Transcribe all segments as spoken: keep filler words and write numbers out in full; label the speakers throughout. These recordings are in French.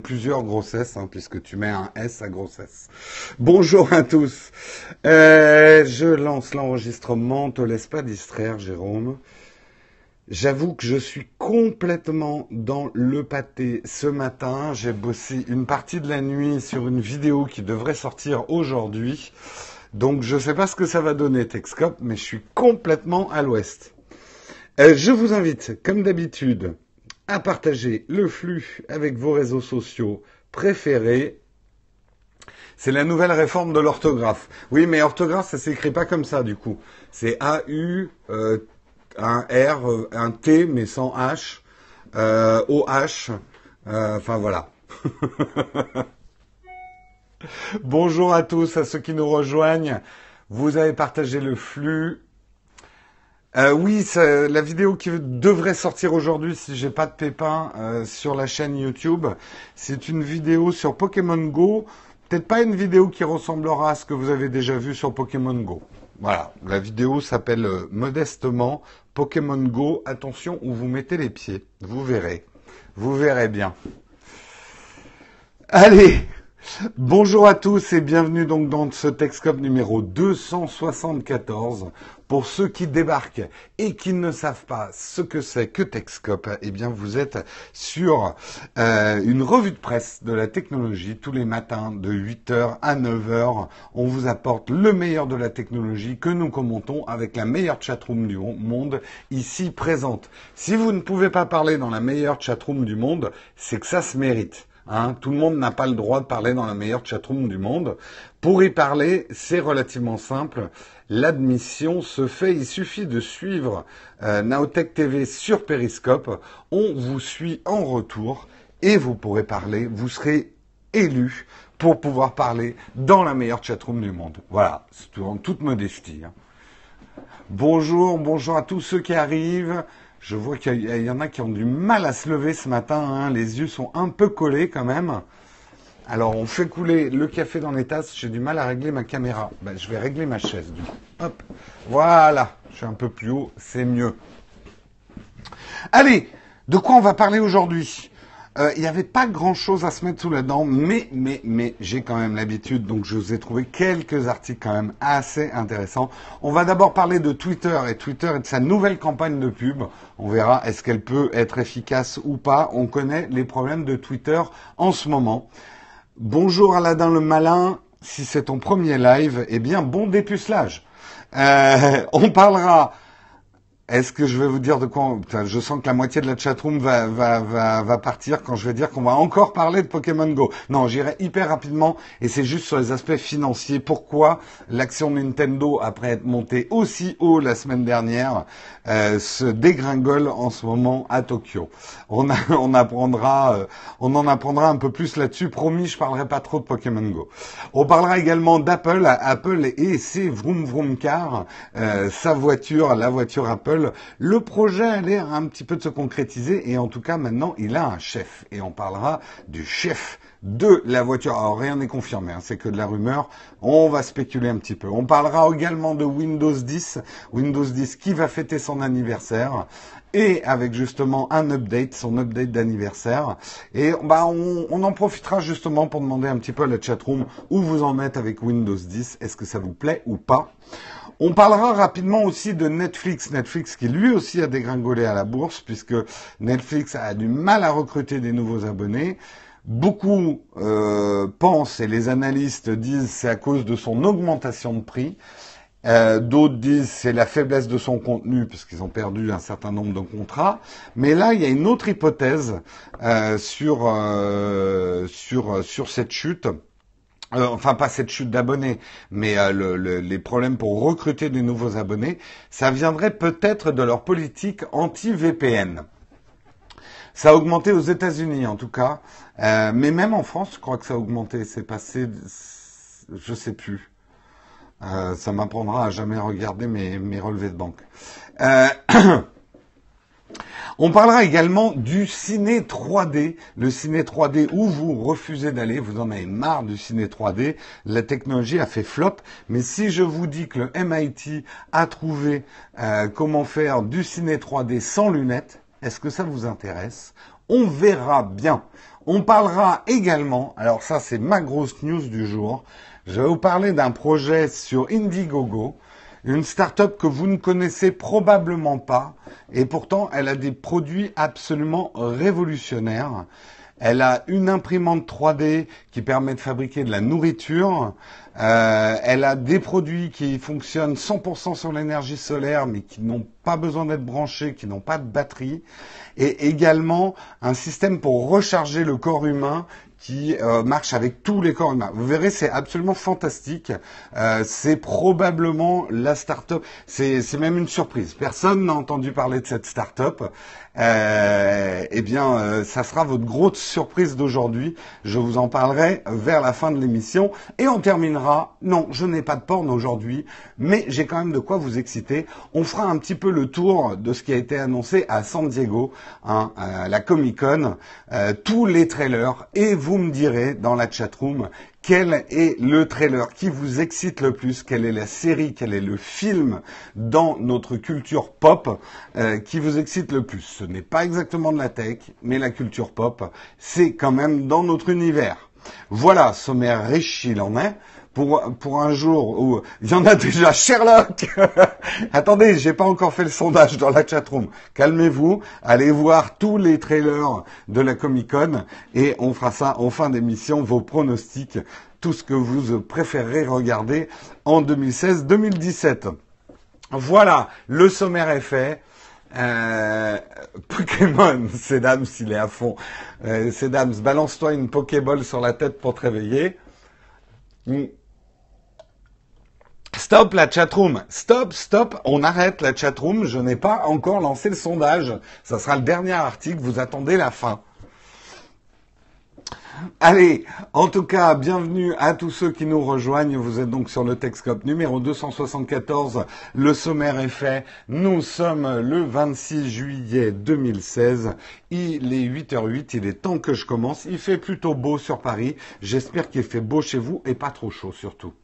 Speaker 1: Plusieurs grossesses, hein, puisque tu mets un S à grossesse. Bonjour à tous. Euh, je lance l'enregistrement. Te laisse pas distraire, Jérôme. J'avoue que je suis complètement dans le pâté ce matin. J'ai bossé une partie de la nuit sur une vidéo qui devrait sortir aujourd'hui. Donc je sais pas ce que ça va donner, Techscope, mais je suis complètement à l'ouest. Euh, je vous invite, comme d'habitude, à partager le flux avec vos réseaux sociaux préférés. C'est la nouvelle réforme de l'orthographe. Oui, mais orthographe, ça s'écrit pas comme ça, du coup. C'est A U, euh, un R, euh, un T, mais sans H, euh, O H, euh, enfin voilà. Bonjour à tous, à ceux qui nous rejoignent. Vous avez partagé le flux. Euh, oui, ça- la vidéo qui devrait sortir aujourd'hui, si j'ai pas de pépin, euh, sur la chaîne YouTube, c'est une vidéo sur Pokémon Go. Peut-être pas une vidéo qui ressemblera à ce que vous avez déjà vu sur Pokémon Go. Voilà, la vidéo s'appelle euh, modestement Pokémon Go. Attention où vous mettez les pieds. Vous verrez. Vous verrez bien. Allez, bonjour à tous et bienvenue donc dans ce Techscope numéro deux cent soixante-quatorze. Pour ceux qui débarquent et qui ne savent pas ce que c'est que Techscope, eh bien vous êtes sur euh, une revue de presse de la technologie tous les matins de huit heures à neuf heures. On vous apporte le meilleur de la technologie que nous commentons avec la meilleure chatroom du monde ici présente. Si vous ne pouvez pas parler dans la meilleure chatroom du monde, c'est que ça se mérite. Hein, tout le monde n'a pas le droit de parler dans la meilleure chatroom du monde. Pour y parler, c'est relativement simple. L'admission se fait, il suffit de suivre euh, Naotech T V sur Periscope. On vous suit en retour et vous pourrez parler. Vous serez élu pour pouvoir parler dans la meilleure chatroom du monde. Voilà, c'est en toute modestie. Hein. Bonjour, bonjour à tous ceux qui arrivent. Je vois qu'il y, y en a qui ont du mal à se lever ce matin, hein. Les yeux sont un peu collés quand même. Alors on fait couler le café dans les tasses, j'ai du mal à régler ma caméra. Ben, je vais régler ma chaise du coup. Hop, voilà, je suis un peu plus haut, c'est mieux. Allez, de quoi on va parler aujourd'hui ? Il euh, n'y avait pas grand-chose à se mettre sous la dent, mais, mais, mais, j'ai quand même l'habitude, donc je vous ai trouvé quelques articles quand même assez intéressants. On va d'abord parler de Twitter et Twitter et de sa nouvelle campagne de pub. On verra est-ce qu'elle peut être efficace ou pas. On connaît les problèmes de Twitter en ce moment. Bonjour Aladdin le malin, si c'est ton premier live, eh bien bon dépucelage. Euh, on parlera... Est-ce que je vais vous dire de quoi on... Enfin, je sens que la moitié de la chatroom va, va, va, va partir quand je vais dire qu'on va encore parler de Pokémon Go. Non, j'irai hyper rapidement et c'est juste sur les aspects financiers. Pourquoi l'action Nintendo, après être montée aussi haut la semaine dernière, euh, se dégringole en ce moment à Tokyo. On, a, on apprendra, euh, on en apprendra un peu plus là-dessus. Promis, je parlerai pas trop de Pokémon Go. On parlera également d'Apple, Apple et ses Vroom Vroom Car, euh, sa voiture, la voiture Apple. Le projet a l'air un petit peu de se concrétiser et en tout cas maintenant il a un chef et on parlera du chef de la voiture. Alors rien n'est confirmé, hein, c'est que de la rumeur, on va spéculer un petit peu. On parlera également de Windows dix, Windows dix qui va fêter son anniversaire et avec justement un update, son update d'anniversaire. Et bah on, on en profitera justement pour demander un petit peu à la chatroom où vous en êtes avec Windows dix, est-ce que ça vous plaît ou pas. On parlera rapidement aussi de Netflix. Netflix qui lui aussi a dégringolé à la bourse puisque Netflix a du mal à recruter des nouveaux abonnés. Beaucoup euh, pensent et les analystes disent c'est à cause de son augmentation de prix. Euh, d'autres disent c'est la faiblesse de son contenu puisqu'ils ont perdu un certain nombre de contrats. Mais là, il y a une autre hypothèse euh, sur euh, sur sur cette chute. Euh, enfin, pas cette chute d'abonnés, mais euh, le, le, les problèmes pour recruter des nouveaux abonnés, ça viendrait peut-être de leur politique anti-V P N. Ça a augmenté aux États-Unis en tout cas, euh, mais même en France, je crois que ça a augmenté. C'est passé, je sais plus. Euh, ça m'apprendra à jamais regarder mes, mes relevés de banque. Euh, On parlera également du ciné trois D, le ciné trois D où vous refusez d'aller, vous en avez marre du ciné trois D, la technologie a fait flop, mais si je vous dis que le M I T a trouvé euh, comment faire du ciné trois D sans lunettes, est-ce que ça vous intéresse ? On verra bien. On parlera également, alors ça c'est ma grosse news du jour, je vais vous parler d'un projet sur Indiegogo, une start-up que vous ne connaissez probablement pas, et pourtant elle a des produits absolument révolutionnaires. Elle a une imprimante trois D qui permet de fabriquer de la nourriture. Euh, elle a des produits qui fonctionnent cent pour cent sur l'énergie solaire, mais qui n'ont pas besoin d'être branchés, qui n'ont pas de batterie. Et également un système pour recharger le corps humain qui euh, marche avec tous les corps humains. Vous verrez, c'est absolument fantastique. Euh, c'est probablement la start-up. C'est, c'est même une surprise. Personne n'a entendu parler de cette start-up. Euh, eh bien, euh, ça sera votre grosse surprise d'aujourd'hui. Je vous en parlerai vers la fin de l'émission. Et on terminera. Non, je n'ai pas de porn aujourd'hui, mais j'ai quand même de quoi vous exciter. On fera un petit peu le tour de ce qui a été annoncé à San Diego, hein, à la Comic-Con, euh, tous les trailers, et vous me direz dans la chatroom quel est le trailer qui vous excite le plus, quelle est la série, quel est le film dans notre culture pop euh, qui vous excite le plus. Ce n'est pas exactement de la tech, mais la culture pop, c'est quand même dans notre univers. Voilà, sommaire riche il en est. Pour, pour un jour où il y en a déjà, Sherlock. Attendez, j'ai pas encore fait le sondage dans la chatroom. Calmez-vous, allez voir tous les trailers de la Comic-Con et on fera ça en fin d'émission, vos pronostics, tout ce que vous préférez regarder en deux mille seize deux mille dix-sept. Voilà, le sommaire est fait. Euh, Pokémon, Cédams, il est à fond. Euh, Cédams, balance-toi une Pokéball sur la tête pour te réveiller. Mm. Stop la chatroom, stop, stop, on arrête la chatroom, je n'ai pas encore lancé le sondage, ça sera le dernier article, vous attendez la fin. Allez, en tout cas, bienvenue à tous ceux qui nous rejoignent, vous êtes donc sur le Techscope numéro deux cent soixante-quatorze, le sommaire est fait, nous sommes le vingt-six juillet deux mille seize, il est huit heures huit, il est temps que je commence, il fait plutôt beau sur Paris, j'espère qu'il fait beau chez vous et pas trop chaud surtout.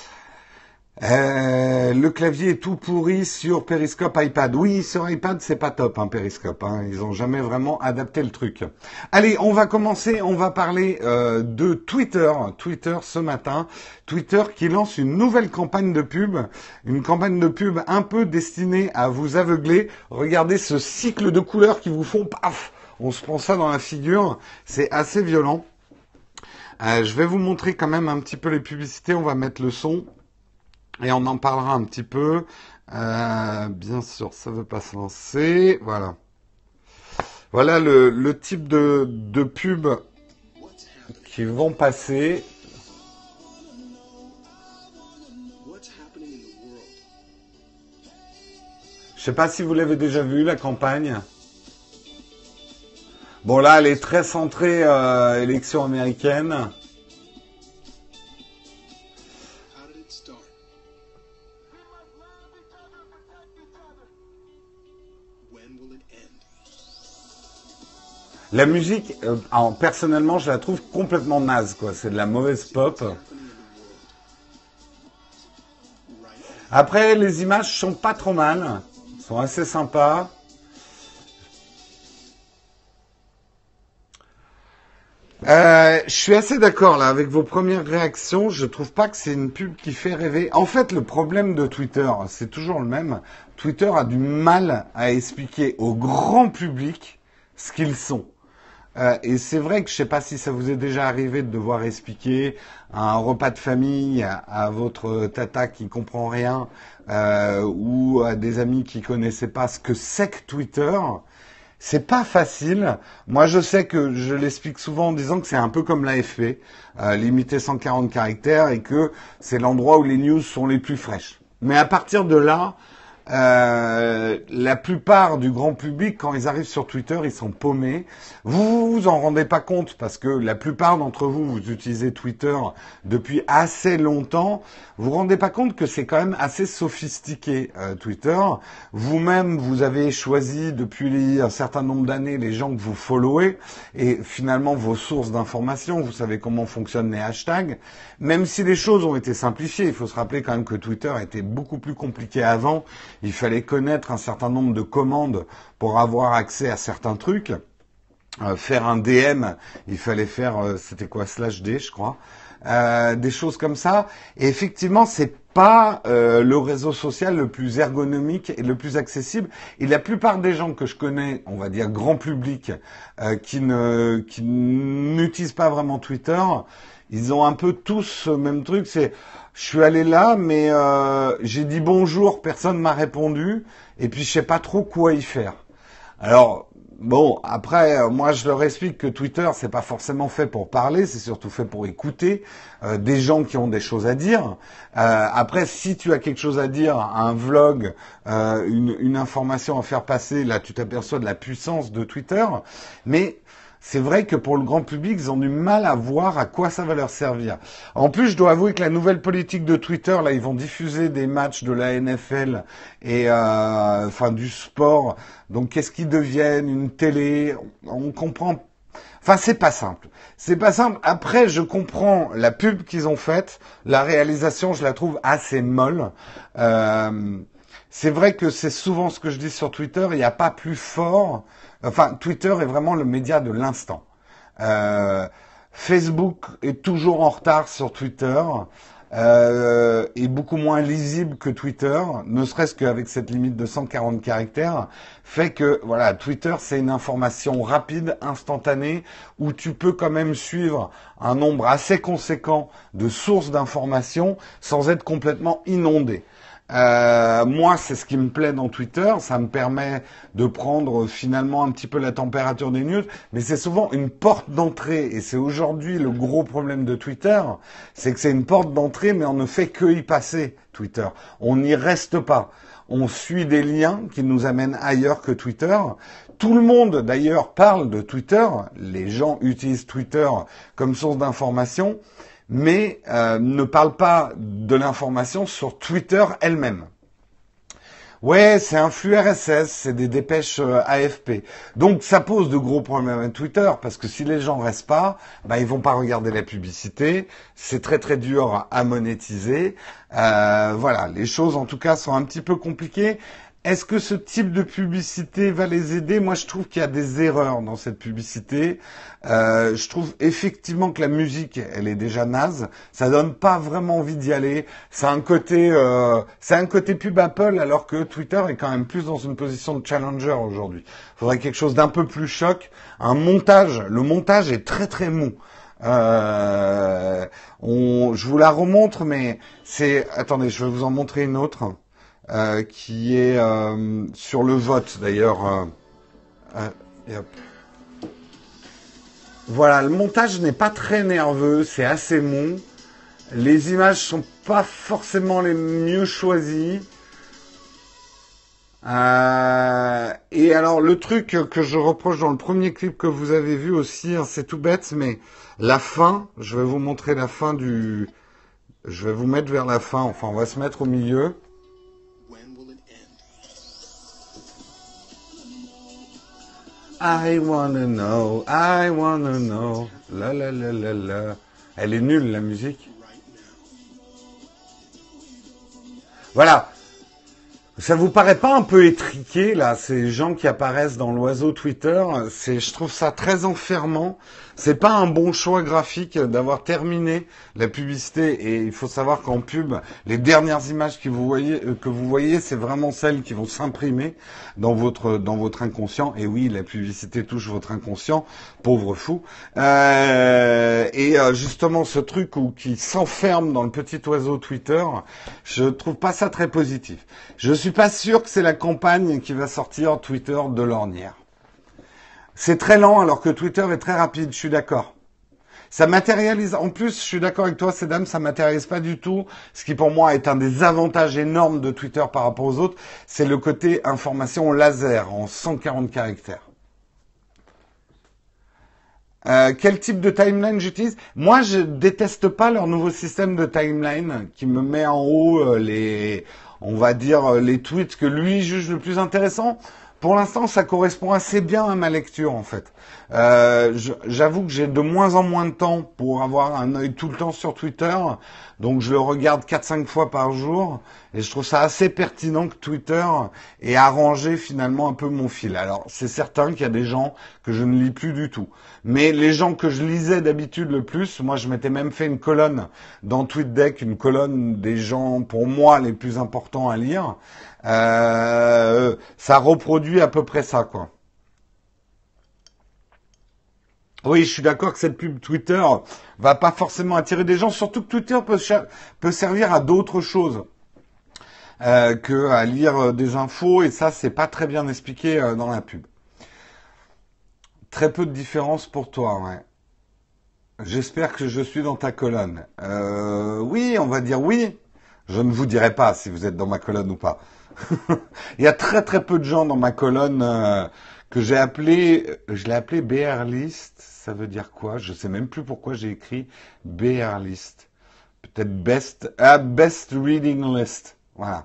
Speaker 1: Euh, le clavier est tout pourri sur Periscope iPad. Oui, sur iPad, c'est pas top, hein, Periscope. Hein. Ils ont jamais vraiment adapté le truc. Allez, on va commencer. On va parler euh, de Twitter. Twitter ce matin. Twitter qui lance une nouvelle campagne de pub. Une campagne de pub un peu destinée à vous aveugler. Regardez ce cycle de couleurs qui vous font paf. On se prend ça dans la figure. C'est assez violent. Euh, je vais vous montrer quand même un petit peu les publicités. On va mettre le son. Et on en parlera un petit peu. Euh, bien sûr, ça ne veut pas se lancer. Voilà. Voilà le, le type de, de pub qui vont passer. Je sais pas si vous l'avez déjà vu, la campagne. Bon, là, elle est très centrée euh, élection américaine. La musique, euh, alors, personnellement, je la trouve complètement naze, quoi. C'est de la mauvaise pop. Après, les images sont pas trop mal, sont assez sympas. Euh, je suis assez d'accord là avec vos premières réactions. Je trouve pas que c'est une pub qui fait rêver. En fait, le problème de Twitter, c'est toujours le même. Twitter a du mal à expliquer au grand public ce qu'ils sont. Euh, et c'est vrai que je sais pas si ça vous est déjà arrivé de devoir expliquer à un repas de famille à, à votre tata qui comprend rien euh, ou à des amis qui connaissaient pas ce que c'est que Twitter. C'est pas facile. Moi, je sais que je l'explique souvent en disant que c'est un peu comme l'A F P, euh, limité cent quarante caractères, et que c'est l'endroit où les news sont les plus fraîches. Mais à partir de là, euh, la plupart du grand public, quand ils arrivent sur Twitter, ils sont paumés. Vous vous en rendez pas compte parce que la plupart d'entre vous, vous utilisez Twitter depuis assez longtemps. Vous vous rendez pas compte que c'est quand même assez sophistiqué, euh, Twitter. Vous-même, vous avez choisi depuis un certain nombre d'années les gens que vous followez et finalement vos sources d'informations. Vous savez comment fonctionnent les hashtags. Même si les choses ont été simplifiées, il faut se rappeler quand même que Twitter était beaucoup plus compliqué avant. Il fallait connaître un certain nombre de commandes pour avoir accès à certains trucs. euh, faire un D M, il fallait faire, euh, c'était quoi, slash D, je crois, euh, des choses comme ça. Et effectivement, c'est pas euh, le réseau social le plus ergonomique et le plus accessible. Et la plupart des gens que je connais, on va dire grand public, euh, qui ne qui n'utilisent pas vraiment Twitter, ils ont un peu tous ce même truc. C'est, je suis allé là, mais euh, j'ai dit bonjour, personne m'a répondu, et puis je sais pas trop quoi y faire. Alors, bon, après, euh, moi, je leur explique que Twitter, c'est pas forcément fait pour parler, c'est surtout fait pour écouter euh, des gens qui ont des choses à dire. Euh, après, si tu as quelque chose à dire, un vlog, euh, une, une information à faire passer, là, tu t'aperçois de la puissance de Twitter. Mais c'est vrai que pour le grand public, ils ont du mal à voir à quoi ça va leur servir. En plus, je dois avouer que la nouvelle politique de Twitter, là, ils vont diffuser des matchs de la N F L et euh, enfin du sport. Donc, qu'est-ce qu'ils deviennent? Une télé? On comprend. Enfin, c'est pas simple. C'est pas simple. Après, je comprends la pub qu'ils ont faite. La réalisation, je la trouve assez molle. Euh, c'est vrai que c'est souvent ce que je dis sur Twitter. Il n'y a pas plus fort. Enfin, Twitter est vraiment le média de l'instant. Euh, Facebook est toujours en retard sur Twitter, euh, est beaucoup moins lisible que Twitter, ne serait-ce qu'avec cette limite de cent quarante caractères, fait que voilà, Twitter c'est une information rapide, instantanée, où tu peux quand même suivre un nombre assez conséquent de sources d'informations sans être complètement inondé. Euh, moi, c'est ce qui me plaît dans Twitter. Ça me permet de prendre finalement un petit peu la température des news, mais c'est souvent une porte d'entrée. Et c'est aujourd'hui le gros problème de Twitter, c'est que c'est une porte d'entrée, mais on ne fait que y passer, Twitter. On n'y reste pas. On suit des liens qui nous amènent ailleurs que Twitter. Tout le monde, d'ailleurs, parle de Twitter. Les gens utilisent Twitter comme source d'information, mais euh, ne parle pas de l'information sur Twitter elle-même. Ouais, c'est un flux R S S, c'est des dépêches euh, A F P. Donc ça pose de gros problèmes à Twitter, parce que si les gens restent pas, bah, ils vont pas regarder la publicité, c'est très très dur à monétiser. Euh, voilà, les choses en tout cas sont un petit peu compliquées. Est-ce que ce type de publicité va les aider? Moi, je trouve qu'il y a des erreurs dans cette publicité. Euh, je trouve effectivement que la musique, elle est déjà naze. Ça donne pas vraiment envie d'y aller. C'est un côté, euh, c'est un côté pub Apple, alors que Twitter est quand même plus dans une position de challenger aujourd'hui. Il faudrait quelque chose d'un peu plus choc. Un montage. Le montage est très très mou. Euh, on, je vous la remontre, mais c'est. Attendez, je vais vous en montrer une autre. Euh, qui est euh, sur le vote d'ailleurs. Euh, euh, et hop. Voilà, le montage n'est pas très nerveux, c'est assez mou. Les images sont pas forcément les mieux choisies. Euh, et alors le truc que je reproche dans le premier clip que vous avez vu aussi, hein, c'est tout bête, mais la fin, je vais vous montrer la fin du... Je vais vous mettre vers la fin, enfin on va se mettre au milieu. I wanna know, I wanna know, la la la la la. Elle est nulle la musique. Voilà. Ça vous paraît pas un peu étriqué là, ces gens qui apparaissent dans l'oiseau Twitter? C'est, je trouve ça très enfermant. C'est pas un bon choix graphique d'avoir terminé la publicité. Et il faut savoir qu'en pub, les dernières images que vous voyez, euh, que vous voyez, c'est vraiment celles qui vont s'imprimer dans votre dans votre inconscient. Et oui, la publicité touche votre inconscient, pauvre fou. Euh, et euh, justement, ce truc où qui s'enferme dans le petit oiseau Twitter, je trouve pas ça très positif. Je suis pas sûr que c'est la campagne qui va sortir Twitter de l'ornière. C'est très lent alors que Twitter est très rapide, je suis d'accord. Ça matérialise, en plus, je suis d'accord avec toi, Cédam, ça matérialise pas du tout. Ce qui pour moi est un des avantages énormes de Twitter par rapport aux autres, c'est le côté information laser en cent quarante caractères. Euh, quel type de timeline j'utilise? Moi, je déteste pas leur nouveau système de timeline qui me met en haut euh, les, on va dire, euh, les tweets que lui juge le plus intéressant. Pour l'instant, ça correspond assez bien à ma lecture, en fait. Euh, je- j'avoue que j'ai de moins en moins de temps pour avoir un œil tout le temps sur Twitter, donc je le regarde quatre cinq fois par jour, et je trouve ça assez pertinent que Twitter ait arrangé finalement un peu mon fil. Alors c'est certain qu'il y a des gens que je ne lis plus du tout, mais les gens que je lisais d'habitude le plus, moi je m'étais même fait une colonne dans TweetDeck, une colonne des gens pour moi les plus importants à lire. Euh, ça reproduit à peu près ça, quoi. Oui, je suis d'accord que cette pub Twitter va pas forcément attirer des gens, surtout que Twitter peut, cha- peut servir à d'autres choses euh, que à lire euh, des infos, et ça, c'est pas très bien expliqué euh, dans la pub. Très peu de différence pour toi, ouais. J'espère que je suis dans ta colonne. Euh, oui, on va dire oui. Je ne vous dirai pas si vous êtes dans ma colonne ou pas. Il y a très très peu de gens dans ma colonne euh, que j'ai appelé, je l'ai appelé B R List. Ça veut dire quoi? Je sais même plus pourquoi j'ai écrit B R List. Peut-être Best, ah, Best Reading List. Voilà.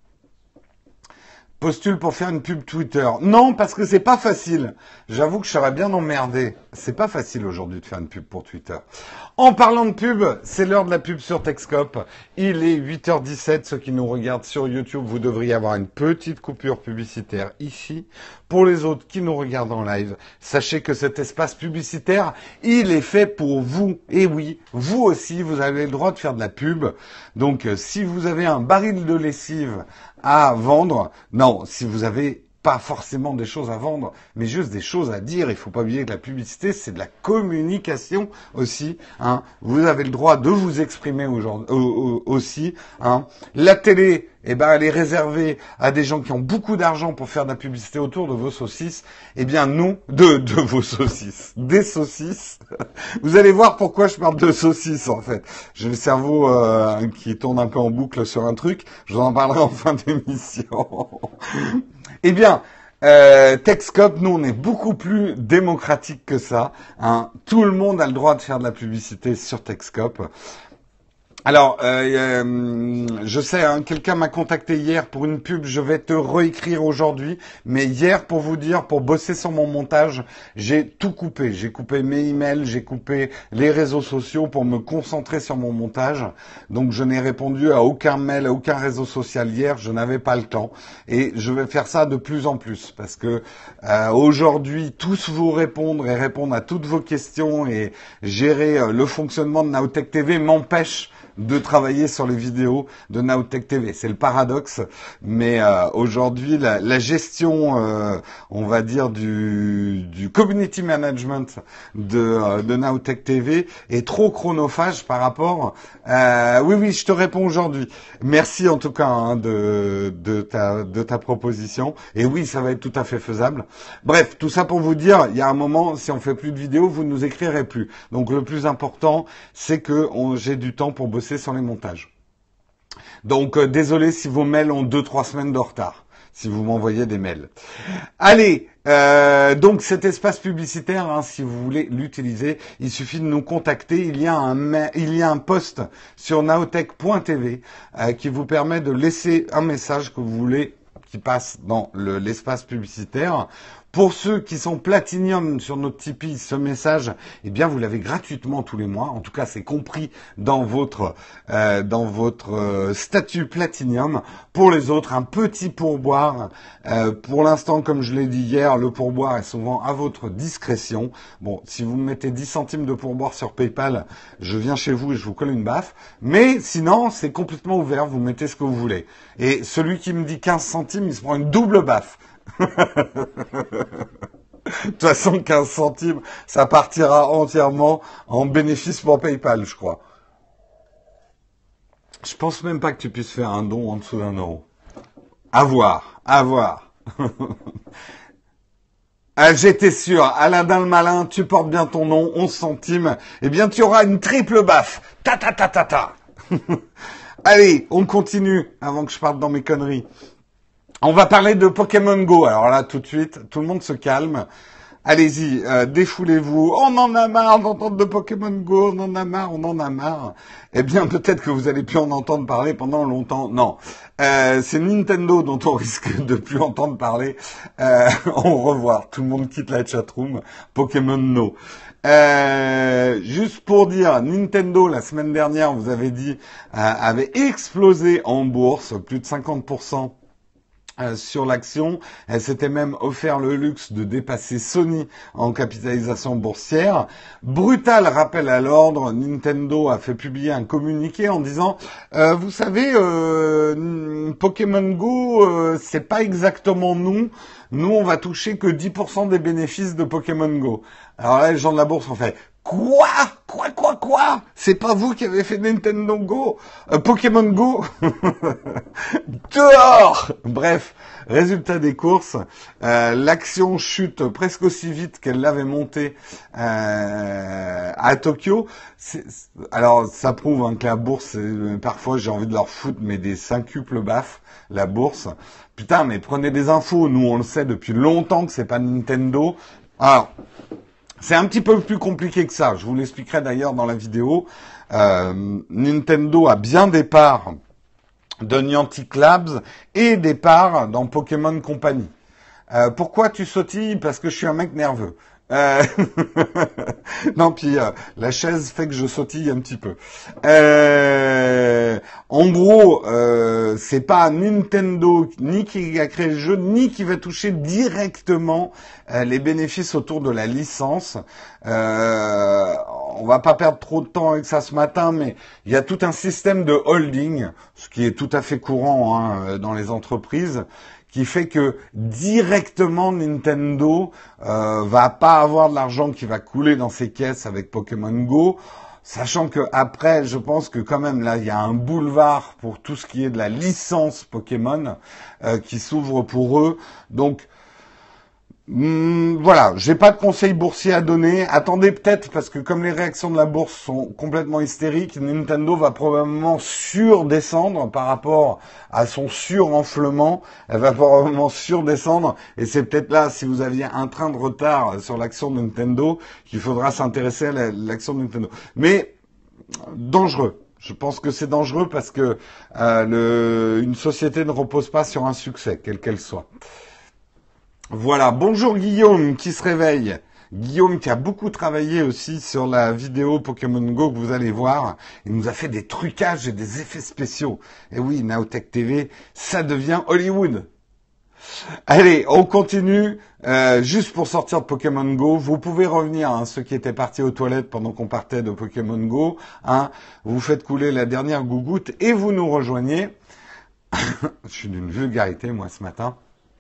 Speaker 1: Postule pour faire une pub Twitter. Non, parce que c'est pas facile. J'avoue que je serais bien emmerdé. C'est pas facile aujourd'hui de faire une pub pour Twitter. En parlant de pub, c'est l'heure de la pub sur Techscope. Il est huit heures dix-sept. Ceux qui nous regardent sur YouTube, vous devriez avoir une petite coupure publicitaire ici. Pour les autres qui nous regardent en live, sachez que cet espace publicitaire, il est fait pour vous. Et oui, vous aussi, vous avez le droit de faire de la pub. Donc, euh, si vous avez un baril de lessive à vendre, non, si vous avez pas forcément des choses à vendre, mais juste des choses à dire. Il faut pas oublier que la publicité, c'est de la communication aussi. Hein. Vous avez le droit de vous exprimer aujourd'hui aussi. Hein. La télé, eh ben, elle est réservée à des gens qui ont beaucoup d'argent pour faire de la publicité autour de vos saucisses. Eh bien, nous, de, de vos saucisses, des saucisses. Vous allez voir pourquoi je parle de saucisses, en fait. J'ai le cerveau euh, qui tourne un peu en boucle sur un truc. Je vous en parlerai en fin d'émission. Eh bien, euh, Techscope, nous, on est beaucoup plus démocratique que ça. Hein. Tout le monde a le droit de faire de la publicité sur Techscope. Alors, euh, euh, je sais, hein, quelqu'un m'a contacté hier pour une pub, je vais te réécrire aujourd'hui, mais hier, pour vous dire, pour bosser sur mon montage, j'ai tout coupé. J'ai coupé mes emails, j'ai coupé les réseaux sociaux pour me concentrer sur mon montage. Donc, je n'ai répondu à aucun mail, à aucun réseau social hier, je n'avais pas le temps. Et je vais faire ça de plus en plus, parce que euh, aujourd'hui, tous vous répondre et répondre à toutes vos questions et gérer euh, le fonctionnement de Nowtech T V m'empêche de travailler sur les vidéos de Nowtech T V. C'est le paradoxe, mais euh, aujourd'hui, la, la gestion, euh, on va dire, du, du community management de, euh, de Nowtech T V est trop chronophage par rapport... Euh, oui, oui, je te réponds aujourd'hui. Merci en tout cas hein, de, de, ta, de ta proposition. Et oui, ça va être tout à fait faisable. Bref, tout ça pour vous dire, il y a un moment, si on fait plus de vidéos, vous ne nous écrirez plus. Donc le plus important, c'est que on, j'ai du temps pour bosser sur les montages. Donc euh, désolé si vos mails ont deux trois semaines de retard, si vous m'envoyez des mails. Allez, euh, donc cet espace publicitaire, hein, si vous voulez l'utiliser, il suffit de nous contacter. Il y a un ma- il y a un post sur nowtech point t v euh, qui vous permet de laisser un message que vous voulez qui passe dans le- l'espace publicitaire. Pour ceux qui sont Platinium sur notre Tipeee, ce message, eh bien, vous l'avez gratuitement tous les mois. En tout cas, c'est compris dans votre euh, dans votre euh, statut Platinium. Pour les autres, un petit pourboire. Euh, pour l'instant, comme je l'ai dit hier, le pourboire est souvent à votre discrétion. Bon, si vous me mettez dix centimes de pourboire sur PayPal, je viens chez vous et je vous colle une baffe. Mais sinon, c'est complètement ouvert. Vous mettez ce que vous voulez. Et celui qui me dit quinze centimes, il se prend une double baffe. De toute façon, quinze centimes, ça partira entièrement en bénéfice pour PayPal, je crois. Je pense même pas que tu puisses faire un don en dessous d'un euro. À voir, à voir. Ah, j'étais sûr, Aladdin le malin, tu portes bien ton nom, onze centimes. Eh bien, tu auras une triple baffe. Ta ta ta ta ta. Allez, on continue avant que je parte dans mes conneries. On va parler de Pokémon Go. Alors là, tout de suite, tout le monde se calme. Allez-y, euh, défoulez-vous. On en a marre d'entendre de Pokémon Go, on en a marre, on en a marre. Eh bien, peut-être que vous allez plus en entendre parler pendant longtemps. Non, euh, c'est Nintendo dont on risque de plus entendre parler. Euh, au revoir, tout le monde quitte la chatroom. Pokémon No. Euh, juste pour dire, Nintendo, la semaine dernière, vous avez dit, euh, avait explosé en bourse, plus de cinquante pour cent. Euh, sur l'action. Elle s'était même offert le luxe de dépasser Sony en capitalisation boursière. Brutal rappel à l'ordre, Nintendo a fait publier un communiqué en disant euh, vous savez, euh, Pokémon Go, euh, c'est pas exactement nous. Nous, on va toucher que dix pour cent des bénéfices de Pokémon Go. Alors là, les gens de la bourse ont fait quoi, quoi, quoi, quoi? C'est pas vous qui avez fait Nintendo Go, euh, Pokémon Go. Dehors. Bref, résultat des courses, euh, l'action chute presque aussi vite qu'elle l'avait montée euh, à Tokyo. C'est, alors, ça prouve hein, que la bourse, euh, parfois, j'ai envie de leur foutre, mais des quintuples baffes, la bourse. Putain, mais prenez des infos. Nous, on le sait depuis longtemps que c'est pas Nintendo. Alors. C'est un petit peu plus compliqué que ça. Je vous l'expliquerai d'ailleurs dans la vidéo. Euh, Nintendo a bien des parts de Niantic Labs et des parts dans Pokémon Company. Euh, pourquoi tu sautilles? Parce que je suis un mec nerveux. Euh... non, puis euh, la chaise fait que je sautille un petit peu. Euh... En gros, euh, c'est pas Nintendo ni qui a créé le jeu, ni qui va toucher directement euh, les bénéfices autour de la licence. Euh... On va pas perdre trop de temps avec ça ce matin, mais il y a tout un système de holding, ce qui est tout à fait courant hein, dans les entreprises, qui fait que directement Nintendo euh, va pas avoir de l'argent qui va couler dans ses caisses avec Pokémon Go, sachant que après, je pense que quand même là, il y a un boulevard pour tout ce qui est de la licence Pokémon euh, qui s'ouvre pour eux. Donc Hum, voilà, j'ai pas de conseils boursiers à donner. Attendez peut-être, parce que comme les réactions de la bourse sont complètement hystériques, Nintendo va probablement surdescendre par rapport à son surenflement. Elle va probablement surdescendre. Et c'est peut-être là, si vous aviez un train de retard sur l'action de Nintendo, qu'il faudra s'intéresser à l'action de Nintendo. Mais, dangereux. Je pense que c'est dangereux parce que euh, le, une société ne repose pas sur un succès, quel qu'elle soit. Voilà, bonjour Guillaume qui se réveille. Guillaume qui a beaucoup travaillé aussi sur la vidéo Pokémon Go que vous allez voir. Il nous a fait des trucages et des effets spéciaux. Et oui, Naotech T V, ça devient Hollywood. Allez, on continue. Euh, juste pour sortir de Pokémon Go, vous pouvez revenir, hein, ceux qui étaient partis aux toilettes pendant qu'on partait de Pokémon Go. Hein, vous faites couler la dernière gougoute et vous nous rejoignez. Je suis d'une vulgarité, moi, ce matin.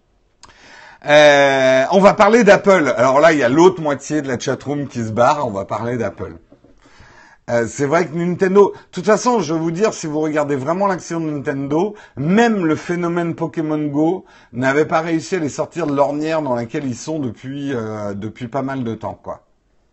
Speaker 1: Euh, on va parler d'Apple. Alors là, il y a l'autre moitié de la chatroom qui se barre. On va parler d'Apple. Euh, c'est vrai que Nintendo... De toute façon, je vais vous dire, si vous regardez vraiment l'action de Nintendo, même le phénomène Pokémon Go n'avait pas réussi à les sortir de l'ornière dans laquelle ils sont depuis, euh, depuis pas mal de temps, quoi.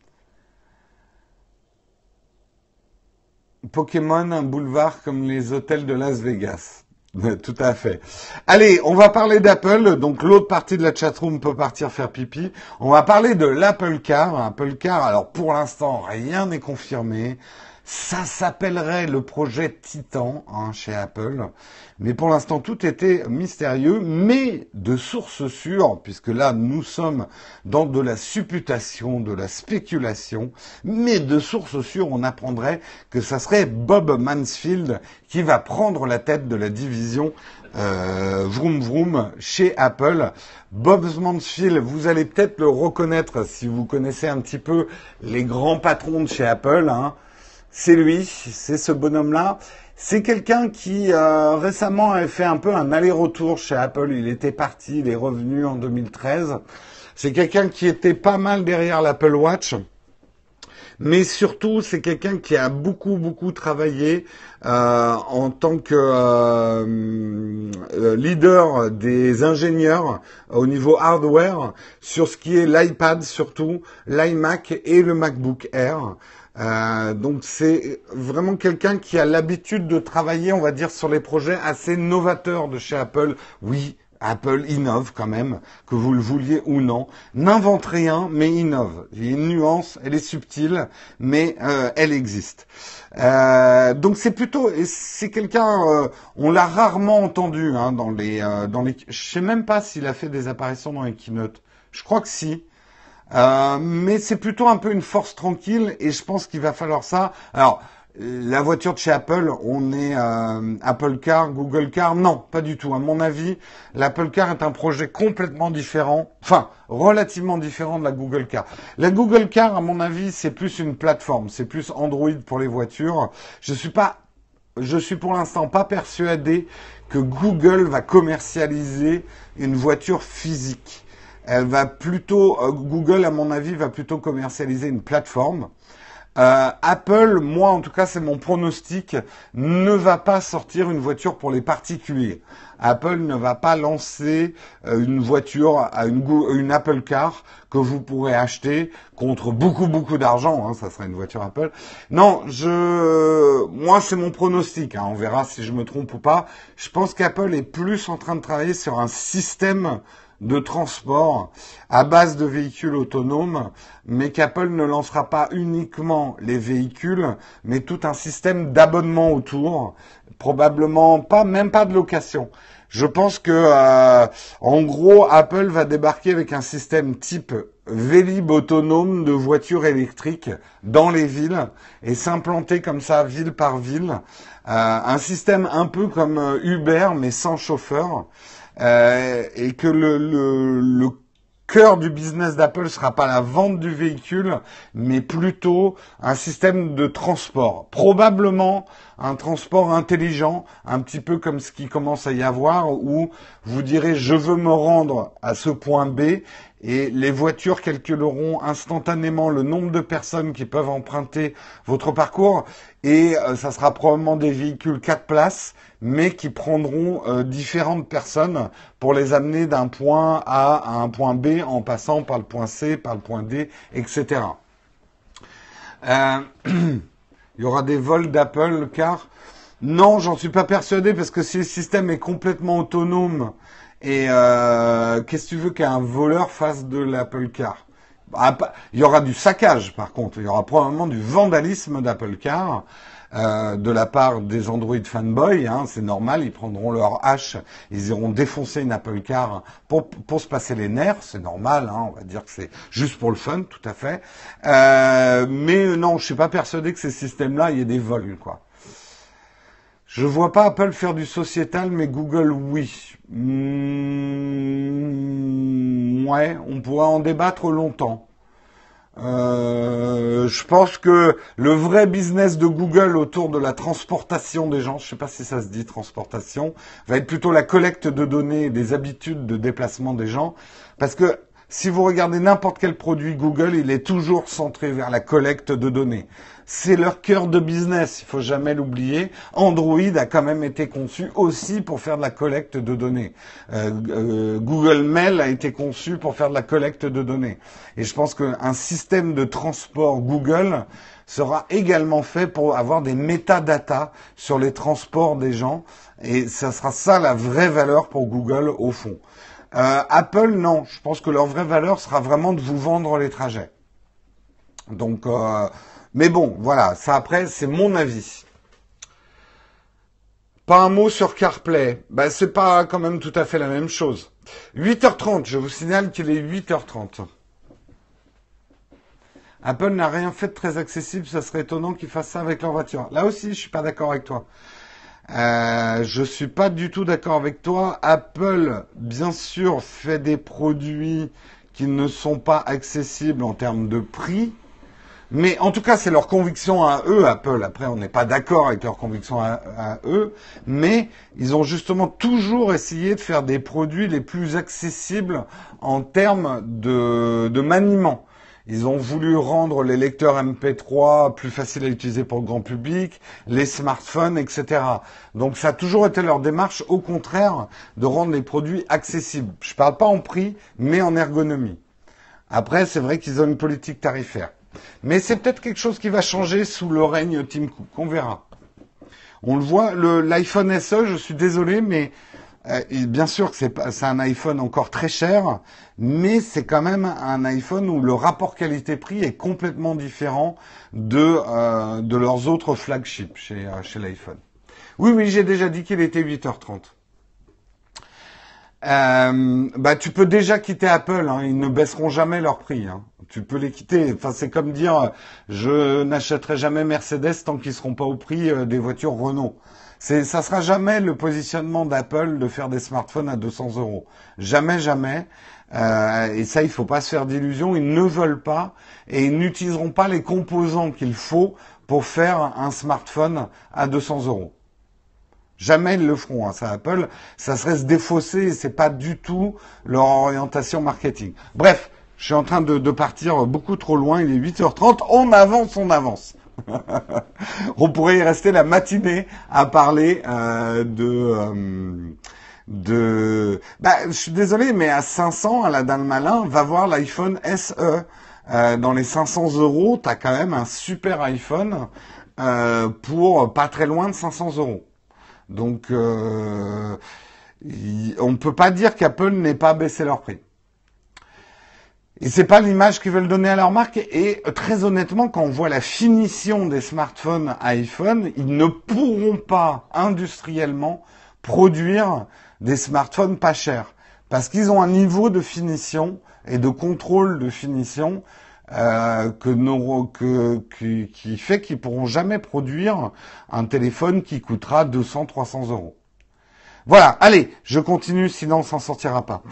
Speaker 1: Pokémon, un boulevard comme les hôtels de Las Vegas. Tout à fait. Allez, on va parler d'Apple. Donc l'autre partie de la chatroom peut partir faire pipi. On va parler de l'Apple Car. Apple Car, alors pour l'instant, rien n'est confirmé. Ça s'appellerait le projet Titan hein, chez Apple. Mais pour l'instant, tout était mystérieux, mais de sources sûres, puisque là, nous sommes dans de la supputation, de la spéculation, mais de sources sûres, on apprendrait que ça serait Bob Mansfield qui va prendre la tête de la division euh, Vroom Vroom chez Apple. Bob Mansfield, vous allez peut-être le reconnaître si vous connaissez un petit peu les grands patrons de chez Apple, hein. C'est lui, c'est ce bonhomme-là. C'est quelqu'un qui euh, récemment a fait un peu un aller-retour chez Apple. Il était parti, il est revenu en deux mille treize. C'est quelqu'un qui était pas mal derrière l'Apple Watch. Mais surtout, c'est quelqu'un qui a beaucoup, beaucoup travaillé euh, en tant que euh, leader des ingénieurs au niveau hardware sur ce qui est l'iPad surtout, l'iMac et le MacBook Air. Euh, donc c'est vraiment quelqu'un qui a l'habitude de travailler, on va dire, sur les projets assez novateurs de chez Apple. Oui, Apple innove quand même, que vous le vouliez ou non. N'invente rien, mais innove. Il y a une nuance, elle est subtile, mais euh, elle existe. Euh, donc c'est plutôt, c'est quelqu'un, euh, on l'a rarement entendu hein, dans les, euh, dans les. Je sais même pas s'il a fait des apparitions dans les keynotes. Je crois que si. Euh, mais c'est plutôt un peu une force tranquille et je pense qu'il va falloir ça. Alors, la voiture de chez Apple, on est euh, Apple Car, Google Car, non, pas du tout. À mon avis, l'Apple Car est un projet complètement différent, enfin, relativement différent de la Google Car. La Google Car, à mon avis, c'est plus une plateforme, c'est plus Android pour les voitures. Je suis pas, je suis pour l'instant pas persuadé que Google va commercialiser une voiture physique. Elle va plutôt, euh, Google, à mon avis, va plutôt commercialiser une plateforme. Euh, Apple, moi en tout cas c'est mon pronostic, ne va pas sortir une voiture pour les particuliers. Apple ne va pas lancer euh, une voiture, une, une Apple Car que vous pourrez acheter contre beaucoup beaucoup d'argent. Hein, ça serait une voiture Apple. Non, je, moi c'est mon pronostic. Hein, on verra si je me trompe ou pas. Je pense qu'Apple est plus en train de travailler sur un système de transport à base de véhicules autonomes, mais qu'Apple ne lancera pas uniquement les véhicules, mais tout un système d'abonnement autour, probablement pas, même pas de location. Je pense que, euh, en gros, Apple va débarquer avec un système type Vélib autonome de voitures électriques dans les villes et s'implanter comme ça ville par ville. Euh, un système un peu comme Uber, mais sans chauffeur. Euh, et que le, le, le cœur du business d'Apple sera pas la vente du véhicule, mais plutôt un système de transport. Probablement un transport intelligent, un petit peu comme ce qui commence à y avoir, où vous direz je veux me rendre à ce point B, et les voitures calculeront instantanément le nombre de personnes qui peuvent emprunter votre parcours, et euh, ça sera probablement des véhicules quatre places, mais qui prendront euh, différentes personnes pour les amener d'un point A à un point B en passant par le point C, par le point D, et cetera. Euh, il y aura des vols d'Apple Car. Non, j'en suis pas persuadé parce que si le système est complètement autonome et euh, qu'est-ce que tu veux qu'un voleur fasse de l'Apple Car? Il y aura du saccage par contre, il y aura probablement du vandalisme d'Apple Car. Euh, de la part des Android fanboys, hein, c'est normal, ils prendront leur hache, ils iront défoncer une Apple Car pour, pour se passer les nerfs, c'est normal, hein, on va dire que c'est juste pour le fun, tout à fait. Euh, mais non, je suis pas persuadé que ces systèmes-là, il y ait des vols, quoi. Je vois pas Apple faire du sociétal, mais Google, oui. Mmh, ouais, on pourra en débattre longtemps. Euh, je pense que le vrai business de Google autour de la transportation des gens, je sais pas si ça se dit transportation, va être plutôt la collecte de données et des habitudes de déplacement des gens. Parce que si vous regardez n'importe quel produit Google, il est toujours centré vers la collecte de données. C'est leur cœur de business, il faut jamais l'oublier. Android a quand même été conçu aussi pour faire de la collecte de données. Euh, euh, Google Mail a été conçu pour faire de la collecte de données. Et je pense qu'un système de transport Google sera également fait pour avoir des métadatas sur les transports des gens. Et ça sera ça la vraie valeur pour Google au fond. Euh, Apple, non. Je pense que leur vraie valeur sera vraiment de vous vendre les trajets. Donc... Euh, Mais bon, voilà, ça après, c'est mon avis. Pas un mot sur CarPlay. Ben, c'est pas quand même tout à fait la même chose. huit heures trente, je vous signale qu'il est huit heures trente. Apple n'a rien fait de très accessible, ça serait étonnant qu'ils fassent ça avec leur voiture. Là aussi, je suis pas d'accord avec toi. Euh, je suis pas du tout d'accord avec toi. Apple, bien sûr, fait des produits qui ne sont pas accessibles en termes de prix. Mais en tout cas, c'est leur conviction à eux, Apple. Après, on n'est pas d'accord avec leur conviction à, à eux. Mais ils ont justement toujours essayé de faire des produits les plus accessibles en termes de, de maniement. Ils ont voulu rendre les lecteurs M P trois plus faciles à utiliser pour le grand public, les smartphones, et cetera. Donc ça a toujours été leur démarche, au contraire, de rendre les produits accessibles. Je ne parle pas en prix, mais en ergonomie. Après, c'est vrai qu'ils ont une politique tarifaire. Mais c'est peut-être quelque chose qui va changer sous le règne Tim Cook. On verra. On le voit, le, l'iPhone S E, je suis désolé, mais Euh, et bien sûr que c'est pas- c'est un iPhone encore très cher, mais c'est quand même un iPhone où le rapport qualité-prix est complètement différent de euh, de leurs autres flagships chez euh, chez l'iPhone. Oui, oui, j'ai déjà dit qu'il était huit heures trente. Euh, bah, tu peux déjà quitter Apple, hein, ils ne baisseront jamais leur prix, hein. Tu peux les quitter. Enfin, c'est comme dire, je n'achèterai jamais Mercedes tant qu'ils seront pas au prix euh, des voitures Renault. C'est, ça sera jamais le positionnement d'Apple de faire des smartphones à deux cents euros. Jamais, jamais. Euh, et ça, il faut pas se faire d'illusions. Ils ne veulent pas et ils n'utiliseront pas les composants qu'il faut pour faire un smartphone à deux cents euros. Jamais ils le feront, hein, ça Apple, ça serait se défausser, et c'est pas du tout leur orientation marketing. Bref, je suis en train de, de partir beaucoup trop loin, il est huit heures trente, on avance, on avance. On pourrait y rester la matinée à parler euh, de... euh, de... Bah, je suis désolé, mais à cinq cents, à la dalle malin, va voir l'iPhone S E. Euh, dans les cinq cents euros, t'as quand même un super iPhone euh, pour pas très loin de cinq cents euros. Donc, euh, il- on ne peut pas dire qu'Apple n'ait pas baissé leur prix. Et c'est pas l'image qu'ils veulent donner à leur marque. Et euh, très honnêtement, quand on voit la finition des smartphones iPhone, ils ne pourront pas industriellement produire des smartphones pas chers. Parce qu'ils ont un niveau de finition et de contrôle de finition euh, que nos- que- qui, qui fait qu'ils pourront jamais produire un téléphone qui coûtera deux cents, trois cents euros. Voilà, allez, je continue, sinon on s'en sortira pas.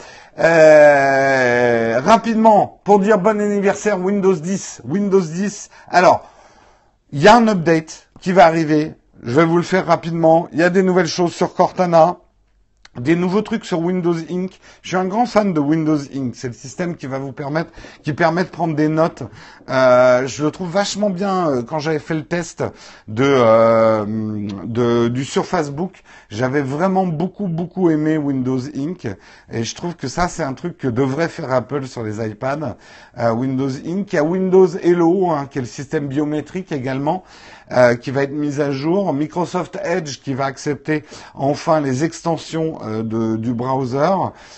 Speaker 1: Euh, rapidement, pour dire bon anniversaire Windows dix. Windows dix, alors, il y a un update qui va arriver, je vais vous le faire rapidement. Il y a des nouvelles choses sur Cortana. Des nouveaux trucs sur Windows Ink. Je suis un grand fan de Windows Ink. C'est le système qui va vous permettre, qui permet de prendre des notes. Euh, je le trouve vachement bien. euh, Quand j'avais fait le test de, euh, de du Surface Book, j'avais vraiment beaucoup beaucoup aimé Windows Ink. Et je trouve que ça c'est un truc que devrait faire Apple sur les iPads. Euh, Windows Ink. Il y a Windows Hello, hein, qui est le système biométrique également. Euh, qui va être mise à jour, Microsoft Edge qui va accepter enfin les extensions euh, de, du browser,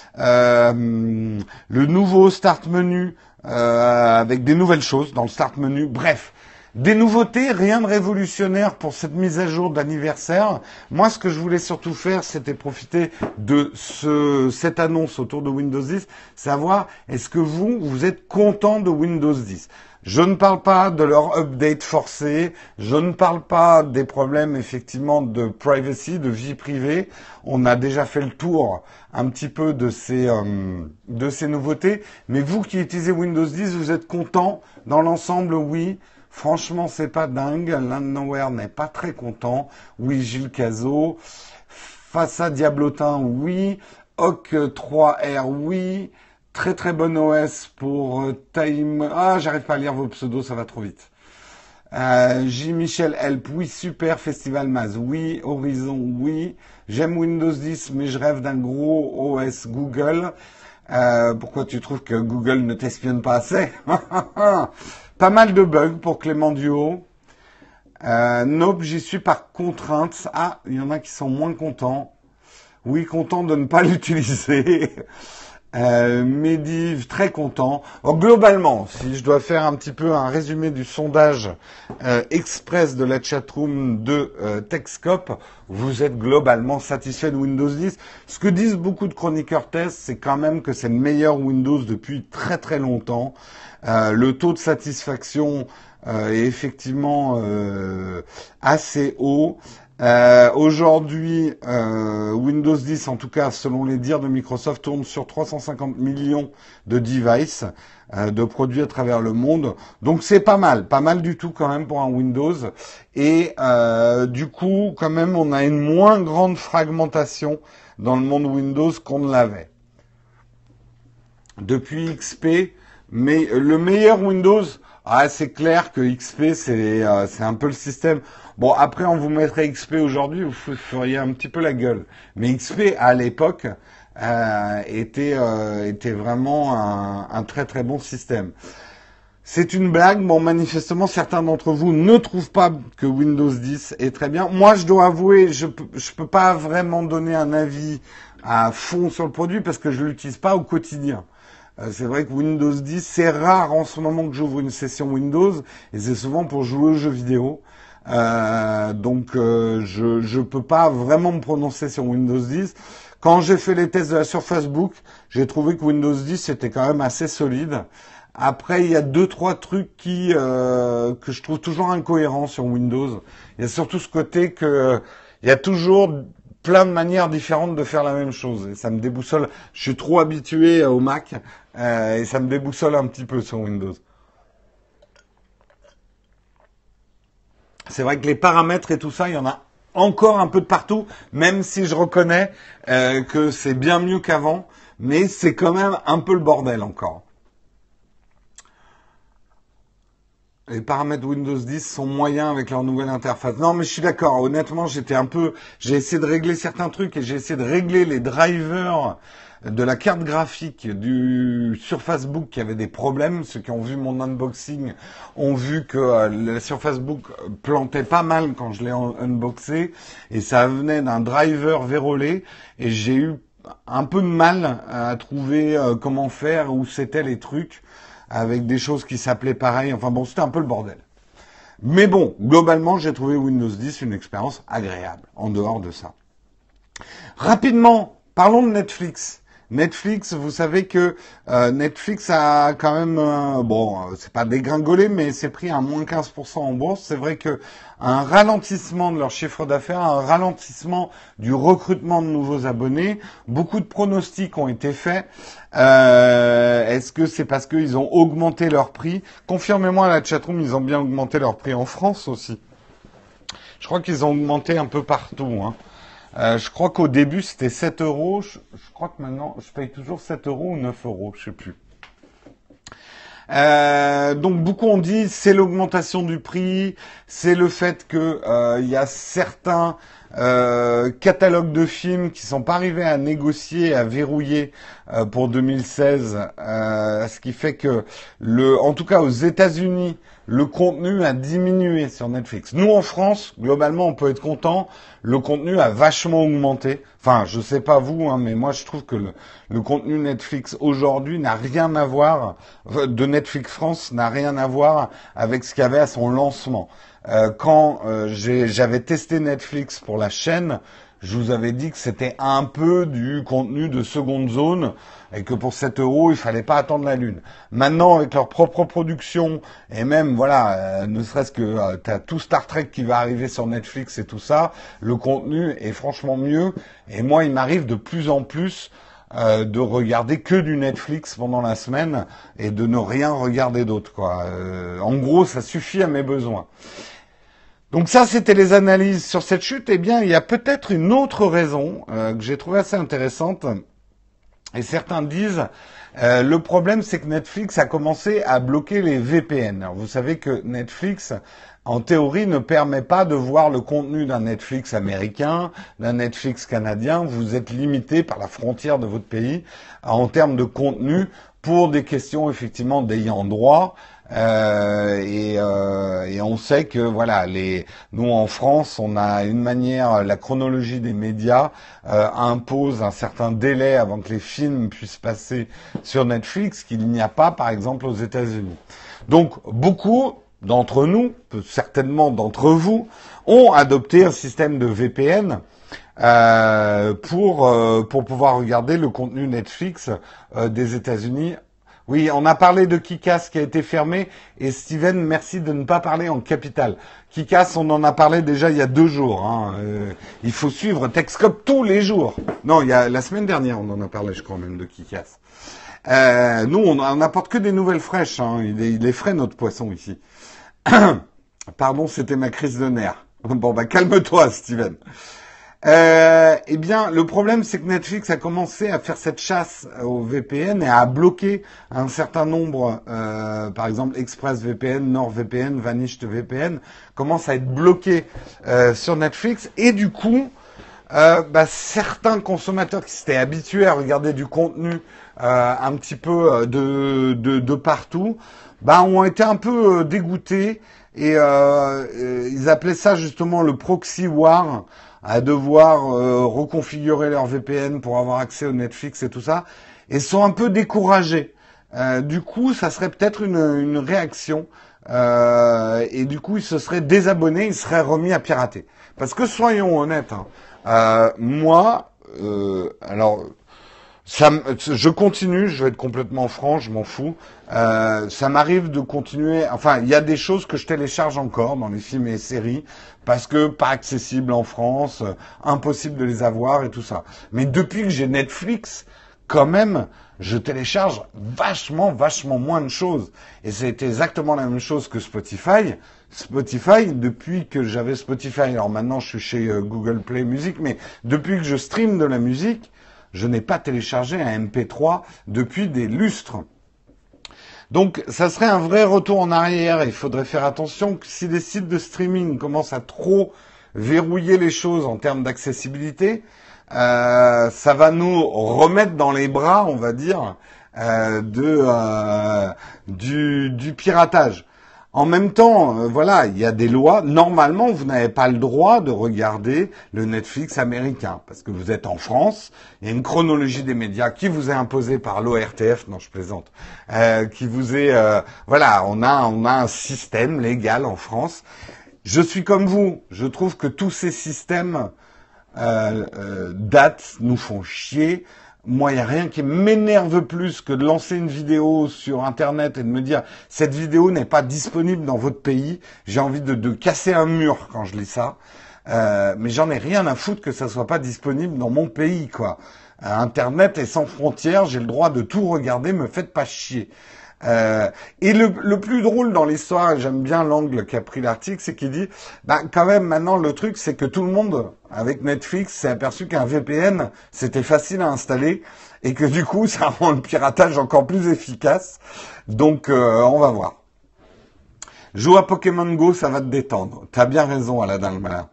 Speaker 1: euh, le nouveau Start Menu euh, avec des nouvelles choses dans le Start Menu, bref. Des nouveautés, rien de révolutionnaire pour cette mise à jour d'anniversaire. Moi, ce que je voulais surtout faire, c'était profiter de ce, cette annonce autour de Windows dix, savoir est-ce que vous, vous êtes content de Windows dix. Je ne parle pas de leur update forcé, je ne parle pas des problèmes effectivement de privacy, de vie privée. On a déjà fait le tour un petit peu de ces euh, de ces nouveautés. Mais vous qui utilisez Windows dix, vous êtes content dans l'ensemble, oui. Franchement, c'est pas dingue. Landnowhere n'est pas très content. Oui, Gilles Cazot. Face à Diablotin, oui. Hawk trois R, oui. Très très bon O S pour euh, Time. Ah, j'arrive pas à lire vos pseudos, ça va trop vite. Euh, J. Michel Help, oui, super. Festival Maz, oui. Horizon, oui. J'aime Windows dix, mais je rêve d'un gros O S Google. Euh, pourquoi tu trouves que Google ne t'espionne pas assez? Pas mal de bugs pour Clément Duo. Euh, nope, j'y suis par contrainte. Ah, il y en a qui sont moins contents. Oui, content de ne pas l'utiliser. Euh, Mediv, très content. Alors, globalement, si je dois faire un petit peu un résumé du sondage euh, express de la chatroom de euh, Techscope, vous êtes globalement satisfait de Windows dix. Ce que disent beaucoup de chroniqueurs tests, c'est quand même que c'est le meilleur Windows depuis très très longtemps. Euh, le taux de satisfaction euh, est effectivement euh, assez haut. Euh, aujourd'hui, euh, Windows dix, en tout cas selon les dires de Microsoft, tourne sur trois cent cinquante millions de devices, euh, de produits à travers le monde. Donc c'est pas mal, pas mal du tout quand même pour un Windows. Et euh, du coup, quand même, on a une moins grande fragmentation dans le monde Windows qu'on ne l'avait. Depuis X P, mais le meilleur Windows, ah, c'est clair que X P, c'est euh, c'est un peu le système. Bon, après, on vous mettrait X P aujourd'hui, vous feriez un petit peu la gueule. Mais X P, à l'époque, euh, était, euh, était vraiment un, un très très bon système. C'est une blague. Bon, manifestement, certains d'entre vous ne trouvent pas que Windows dix est très bien. Moi, je dois avouer, je peux, je peux pas vraiment donner un avis à fond sur le produit parce que je l'utilise pas au quotidien. Euh, c'est vrai que Windows dix, c'est rare en ce moment que j'ouvre une session Windows et c'est souvent pour jouer aux jeux vidéo. Euh, donc euh, je je peux pas vraiment me prononcer sur Windows dix. Quand j'ai fait les tests de la Surface Book, j'ai trouvé que Windows dix c'était quand même assez solide. Après, il y a deux trois trucs qui euh, que je trouve toujours incohérents sur Windows. Il y a surtout ce côté que euh, il y a toujours plein de manières différentes de faire la même chose. Et ça me déboussole. Je suis trop habitué au Mac euh, et ça me déboussole un petit peu sur Windows. C'est vrai que les paramètres et tout ça, il y en a encore un peu de partout, même si je reconnais euh, que c'est bien mieux qu'avant, mais c'est quand même un peu le bordel encore. Les paramètres Windows dix sont moyens avec leur nouvelle interface. Non, mais je suis d'accord. Honnêtement, j'étais un peu, j'ai essayé de régler certains trucs et j'ai essayé de régler les drivers de la carte graphique du Surface Book qui avait des problèmes. Ceux qui ont vu mon unboxing ont vu que euh, la Surface Book plantait pas mal quand je l'ai un- unboxé et ça venait d'un driver vérolé et j'ai eu un peu de mal à trouver euh, comment faire, où c'était les trucs avec des choses qui s'appelaient pareil. Enfin bon, c'était un peu le bordel. Mais bon, globalement, j'ai trouvé Windows dix une expérience agréable, en dehors de ça. Rapidement, parlons de Netflix. Netflix, vous savez que euh, Netflix a quand même, euh, bon, euh, c'est pas dégringolé, mais c'est pris à moins quinze pour cent en bourse. C'est vrai que un ralentissement de leur chiffre d'affaires, un ralentissement du recrutement de nouveaux abonnés, beaucoup de pronostics ont été faits. Euh, est-ce que c'est parce qu'ils ont augmenté leur prix? Confirmez-moi à la chatroom, ils ont bien augmenté leur prix en France aussi. Je crois qu'ils ont augmenté un peu partout, hein. Euh, je crois qu'au début c'était sept euros. Je, je crois que maintenant je paye toujours sept euros ou neuf euros, je sais plus. Euh, donc beaucoup ont dit c'est l'augmentation du prix, c'est le fait que euh, il y a certains euh, catalogues de films qui sont pas arrivés à négocier, à verrouiller euh, pour deux mille seize, euh, ce qui fait que le, en tout cas aux États-Unis, le contenu a diminué sur Netflix. Nous en France, globalement, on peut être content. Le contenu a vachement augmenté. Enfin, je sais pas vous, hein, mais moi je trouve que le, le contenu Netflix aujourd'hui n'a rien à voir, de Netflix France n'a rien à voir avec ce qu'il y avait à son lancement. Euh, quand euh, j'ai- j'avais testé Netflix pour la chaîne, je vous avais dit que c'était un peu du contenu de seconde zone et que pour sept euros, il fallait pas attendre la lune. Maintenant, avec leur propre production et même, voilà, euh, ne serait-ce que euh, t'as tout Star Trek qui va arriver sur Netflix et tout ça, le contenu est franchement mieux. Et moi, il m'arrive de plus en plus euh, de regarder que du Netflix pendant la semaine et de ne rien regarder d'autre, quoi. Euh, en gros, ça suffit à mes besoins. Donc ça, c'était les analyses sur cette chute. Eh bien, il y a peut-être une autre raison euh, que j'ai trouvée assez intéressante. Et certains disent, euh, le problème, c'est que Netflix a commencé à bloquer les V P N. Alors, vous savez que Netflix, en théorie, ne permet pas de voir le contenu d'un Netflix américain, d'un Netflix canadien. Vous êtes limité par la frontière de votre pays en termes de contenu pour des questions effectivement d'ayant droit. Euh, et, euh, et on sait que voilà, les, nous en France, on a une manière, la chronologie des médias euh, impose un certain délai avant que les films puissent passer sur Netflix, qu'il n'y a pas, par exemple, aux États-Unis. Donc beaucoup d'entre nous, certainement d'entre vous, ont adopté un système de V P N. Euh, pour euh, pour pouvoir regarder le contenu Netflix euh, des États-Unis. Oui, on a parlé de Kick-Ass qui a été fermé et Steven, merci de ne pas parler en capital. Kick-Ass, on en a parlé déjà il y a deux jours. Hein. Euh, il faut suivre Techscope tous les jours. Non, il y a la semaine dernière, on en a parlé, je crois même, de Kick-Ass. Euh, nous, on n'apporte que des nouvelles fraîches. Hein. Il, est, il est frais notre poisson ici. Pardon, c'était ma crise de nerfs. Bon, bah calme-toi, Steven. Euh, eh bien, le problème, c'est que Netflix a commencé à faire cette chasse au V P N et à bloquer un certain nombre, euh, par exemple ExpressVPN, NordVPN, VanishedVPN, commence à être bloqué euh, sur Netflix. Et du coup, Euh, bah, certains consommateurs qui s'étaient habitués à regarder du contenu euh, un petit peu euh, de, de, de partout, bah, ont été un peu euh, dégoûtés et euh, euh, ils appelaient ça justement le proxy war, à devoir euh, reconfigurer leur V P N pour avoir accès au Netflix et tout ça, et sont un peu découragés. Euh, du coup, ça serait peut-être une, une réaction. Euh, et du coup, ils se seraient désabonnés, ils seraient remis à pirater. Parce que soyons honnêtes, hein, euh, moi, euh, alors, ça, m- je continue, je vais être complètement franc, je m'en fous. Euh, ça m'arrive de continuer. Enfin, il y a des choses que je télécharge encore dans les films et séries parce que pas accessibles en France, euh, impossible de les avoir et tout ça. Mais depuis que j'ai Netflix, quand même, je télécharge vachement, vachement moins de choses. Et c'est exactement la même chose que Spotify. Spotify, depuis que j'avais Spotify, alors maintenant je suis chez euh, Google Play Music, mais depuis que je stream de la musique, je n'ai pas téléchargé un M P trois depuis des lustres. Donc, ça serait un vrai retour en arrière. Il faudrait faire attention que si les sites de streaming commencent à trop verrouiller les choses en termes d'accessibilité, euh, ça va nous remettre dans les bras, on va dire, euh, de euh, du, du piratage. En même temps, euh, voilà, il y a des lois. Normalement, vous n'avez pas le droit de regarder le Netflix américain parce que vous êtes en France. Il y a une chronologie des médias qui vous est imposée par l'O R T F. Non, je plaisante. Euh, qui vous est, euh, voilà, on a, on a un système légal en France. Je suis comme vous. Je trouve que tous ces systèmes euh, euh, datent, nous font chier. Moi, il n'y a rien qui m'énerve plus que de lancer une vidéo sur Internet et de me dire cette vidéo n'est pas disponible dans votre pays. J'ai envie de, de casser un mur quand je lis ça. Euh, mais j'en ai rien à foutre que ça soit pas disponible dans mon pays, quoi. Euh, Internet est sans frontières, j'ai le droit de tout regarder, me faites pas chier. Euh, et le, le plus drôle dans l'histoire, et j'aime bien l'angle qu'a pris l'article, c'est qu'il dit, bah quand même maintenant le truc c'est que tout le monde avec Netflix s'est aperçu qu'un V P N c'était facile à installer et que du coup ça rend le piratage encore plus efficace. Donc euh, on va voir. Joue à Pokémon Go, ça va te détendre. T'as bien raison, Aladdin le malin.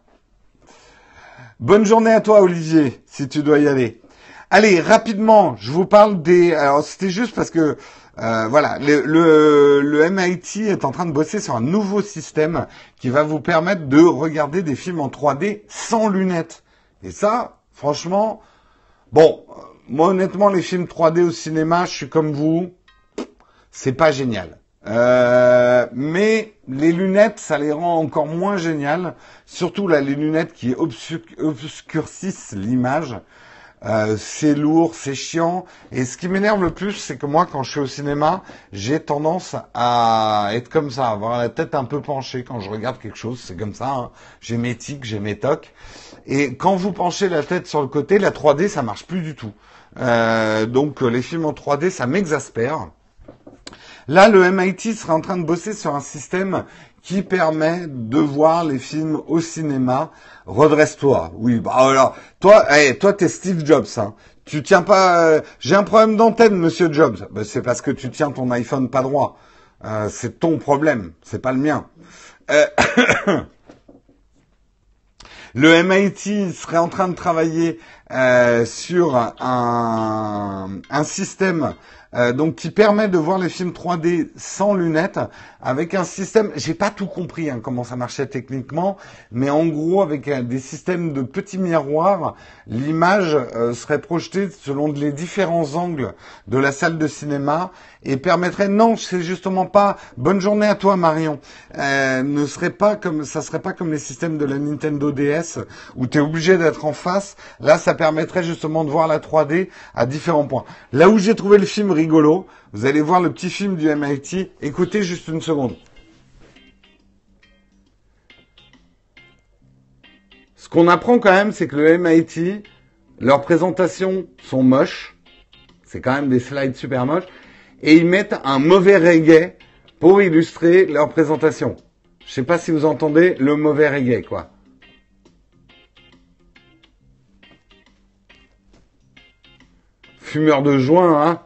Speaker 1: Bonne journée à toi, Olivier, si tu dois y aller. Allez, rapidement, je vous parle des... Alors, c'était juste parce que, euh, voilà, le, le, le M I T est en train de bosser sur un nouveau système qui va vous permettre de regarder des films en trois D sans lunettes. Et ça, franchement, bon, euh, moi, honnêtement, les films trois D au cinéma, je suis comme vous, c'est pas génial. Euh, mais les lunettes, ça les rend encore moins géniales. Surtout là, les lunettes qui obscur- obscurcissent l'image. Euh, c'est lourd, c'est chiant. Et ce qui m'énerve le plus, c'est que moi, quand je suis au cinéma, j'ai tendance à être comme ça, avoir la tête un peu penchée quand je regarde quelque chose. C'est comme ça. Hein. J'ai mes tics, j'ai mes tocs. Et quand vous penchez la tête sur le côté, la trois D, ça marche plus du tout. Euh, donc les films en trois D, ça m'exaspère. Là, le M I T serait en train de bosser sur un système qui permet de voir les films au cinéma. Redresse-toi. Oui, bah voilà. Toi, hey, toi, t'es Steve Jobs. Hein. Tu tiens pas. Euh, J'ai un problème d'antenne, Monsieur Jobs. Ben, c'est parce que tu tiens ton iPhone pas droit. Euh, c'est ton problème. C'est pas le mien. Euh, Le M I T serait en train de travailler euh, sur un, un système euh, donc qui permet de voir les films trois D sans lunettes, avec un système, j'ai pas tout compris hein, comment ça marchait techniquement, mais en gros avec euh, des systèmes de petits miroirs, l'image euh, serait projetée selon les différents angles de la salle de cinéma et permettrait, non, c'est justement pas, bonne journée à toi Marion, euh, ne serait pas comme, ça serait pas comme les systèmes de la Nintendo D S où tu es obligé d'être en face. Là, ça permettrait justement de voir la trois D à différents points. Là où j'ai trouvé le film rigolo, vous allez voir le petit film du M I T. Écoutez juste une seconde. Ce qu'on apprend quand même, c'est que le M I T, leurs présentations sont moches. C'est quand même des slides super moches. Et ils mettent un mauvais reggae pour illustrer leur présentation. Je sais pas si vous entendez le mauvais reggae, quoi. Fumeur de joint, hein.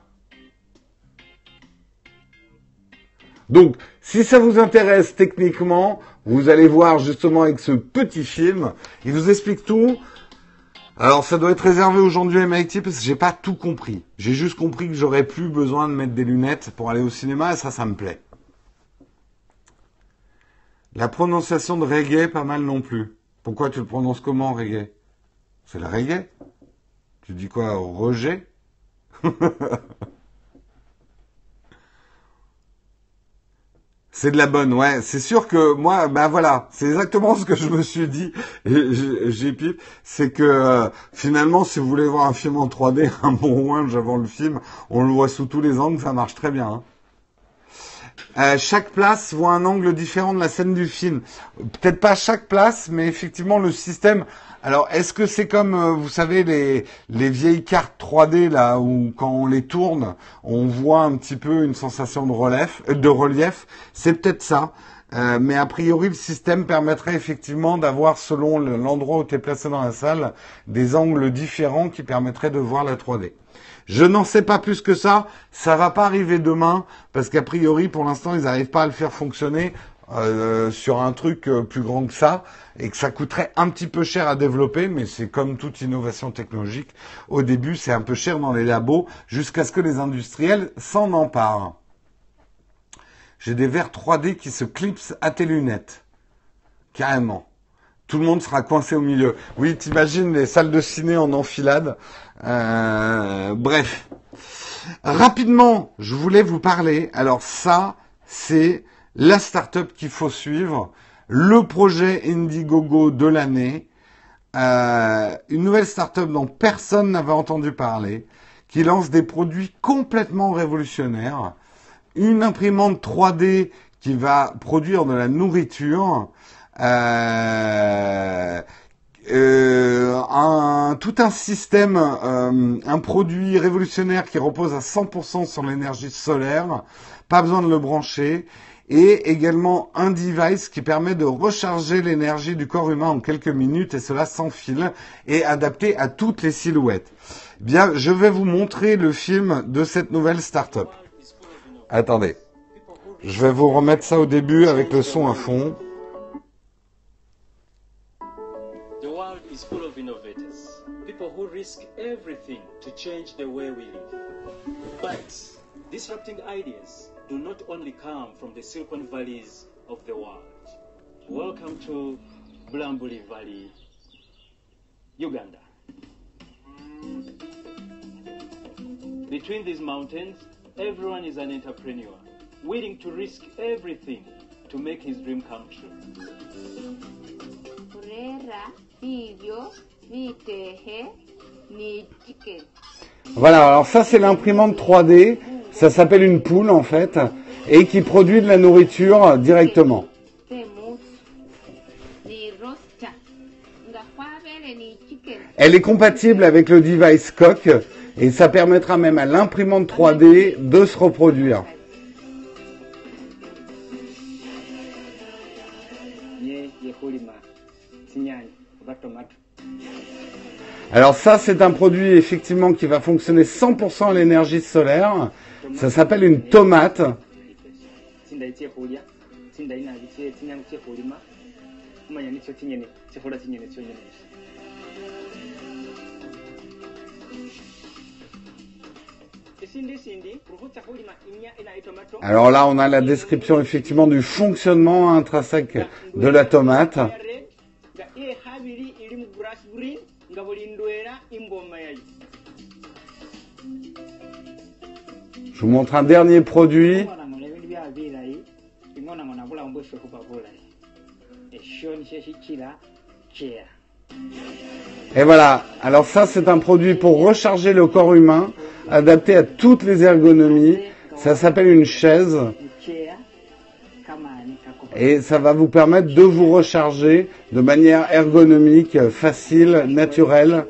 Speaker 1: Donc, si ça vous intéresse techniquement, vous allez voir justement avec ce petit film, il vous explique tout. Alors, ça doit être réservé aux gens du M I T parce que j'ai pas tout compris. J'ai juste compris que j'aurais plus besoin de mettre des lunettes pour aller au cinéma et ça, ça me plaît. La prononciation de reggae, pas mal non plus. Pourquoi tu le prononces comment, reggae? C'est le reggae? Tu dis quoi, rejet? C'est de la bonne, ouais. C'est sûr que moi, ben voilà, c'est exactement ce que je me suis dit. Et j'ai j'ai pip, c'est que euh, finalement, si vous voulez voir un film en trois D, un bon ouinge avant le film, on le voit sous tous les angles, ça marche très bien. Hein. Euh, chaque place voit un angle différent de la scène du film. Peut-être pas chaque place, mais effectivement le système. Alors, est-ce que c'est comme, euh, vous savez, les, les vieilles cartes trois D là, où quand on les tourne, on voit un petit peu une sensation de relief, euh, de relief. C'est peut-être ça. Euh, mais a priori, le système permettrait effectivement d'avoir, selon le- l'endroit où tu es placé dans la salle, des angles différents qui permettraient de voir la trois D. Je n'en sais pas plus que ça. Ça va pas arriver demain parce qu'a priori, pour l'instant, ils n'arrivent pas à le faire fonctionner euh, sur un truc euh, plus grand que ça et que ça coûterait un petit peu cher à développer. Mais c'est comme toute innovation technologique. Au début, c'est un peu cher dans les labos jusqu'à ce que les industriels s'en emparent. J'ai des verres trois D qui se clipsent à tes lunettes. Carrément. Tout le monde sera coincé au milieu. Oui, t'imagines les salles de ciné en enfilade. Euh, bref. Rapidement, je voulais vous parler. Alors ça, c'est la start-up qu'il faut suivre. Le projet Indiegogo de l'année. Euh, une nouvelle start-up dont personne n'avait entendu parler. Qui lance des produits complètement révolutionnaires. Une imprimante trois D qui va produire de la nourriture. Euh, euh, un, tout un système, euh, un produit révolutionnaire qui repose à cent pour cent sur l'énergie solaire, pas besoin de le brancher, et également un device qui permet de recharger l'énergie du corps humain en quelques minutes, et cela sans fil, et adapté à toutes les silhouettes. Bien, je vais vous montrer le film de cette nouvelle start-up. Attendez, je vais vous remettre ça au début avec le son à fond.
Speaker 2: The world is full of innovators, people who risk everything to change the way we live. But disrupting ideas do not only come from the Silicon Valleys of the world. Welcome to Bulambuli Valley, Uganda. Between these mountains, everyone is an entrepreneur, willing to risk everything to make his dream come true.
Speaker 1: Voilà, alors ça c'est l'imprimante trois D, ça s'appelle une poule en fait, et qui produit de la nourriture directement. Elle est compatible avec le device Coq, et ça permettra même à l'imprimante trois D de se reproduire. Alors ça, c'est un produit effectivement qui va fonctionner cent pour cent à l'énergie solaire. Ça s'appelle une tomate. Alors là, on a la description effectivement du fonctionnement intrinsèque de la tomate. Je vous montre un dernier produit. Et voilà. Alors ça, c'est un produit pour recharger le corps humain, adapté à toutes les ergonomies. Ça s'appelle une chaise. Et ça va vous permettre de vous recharger de manière ergonomique, facile, naturelle.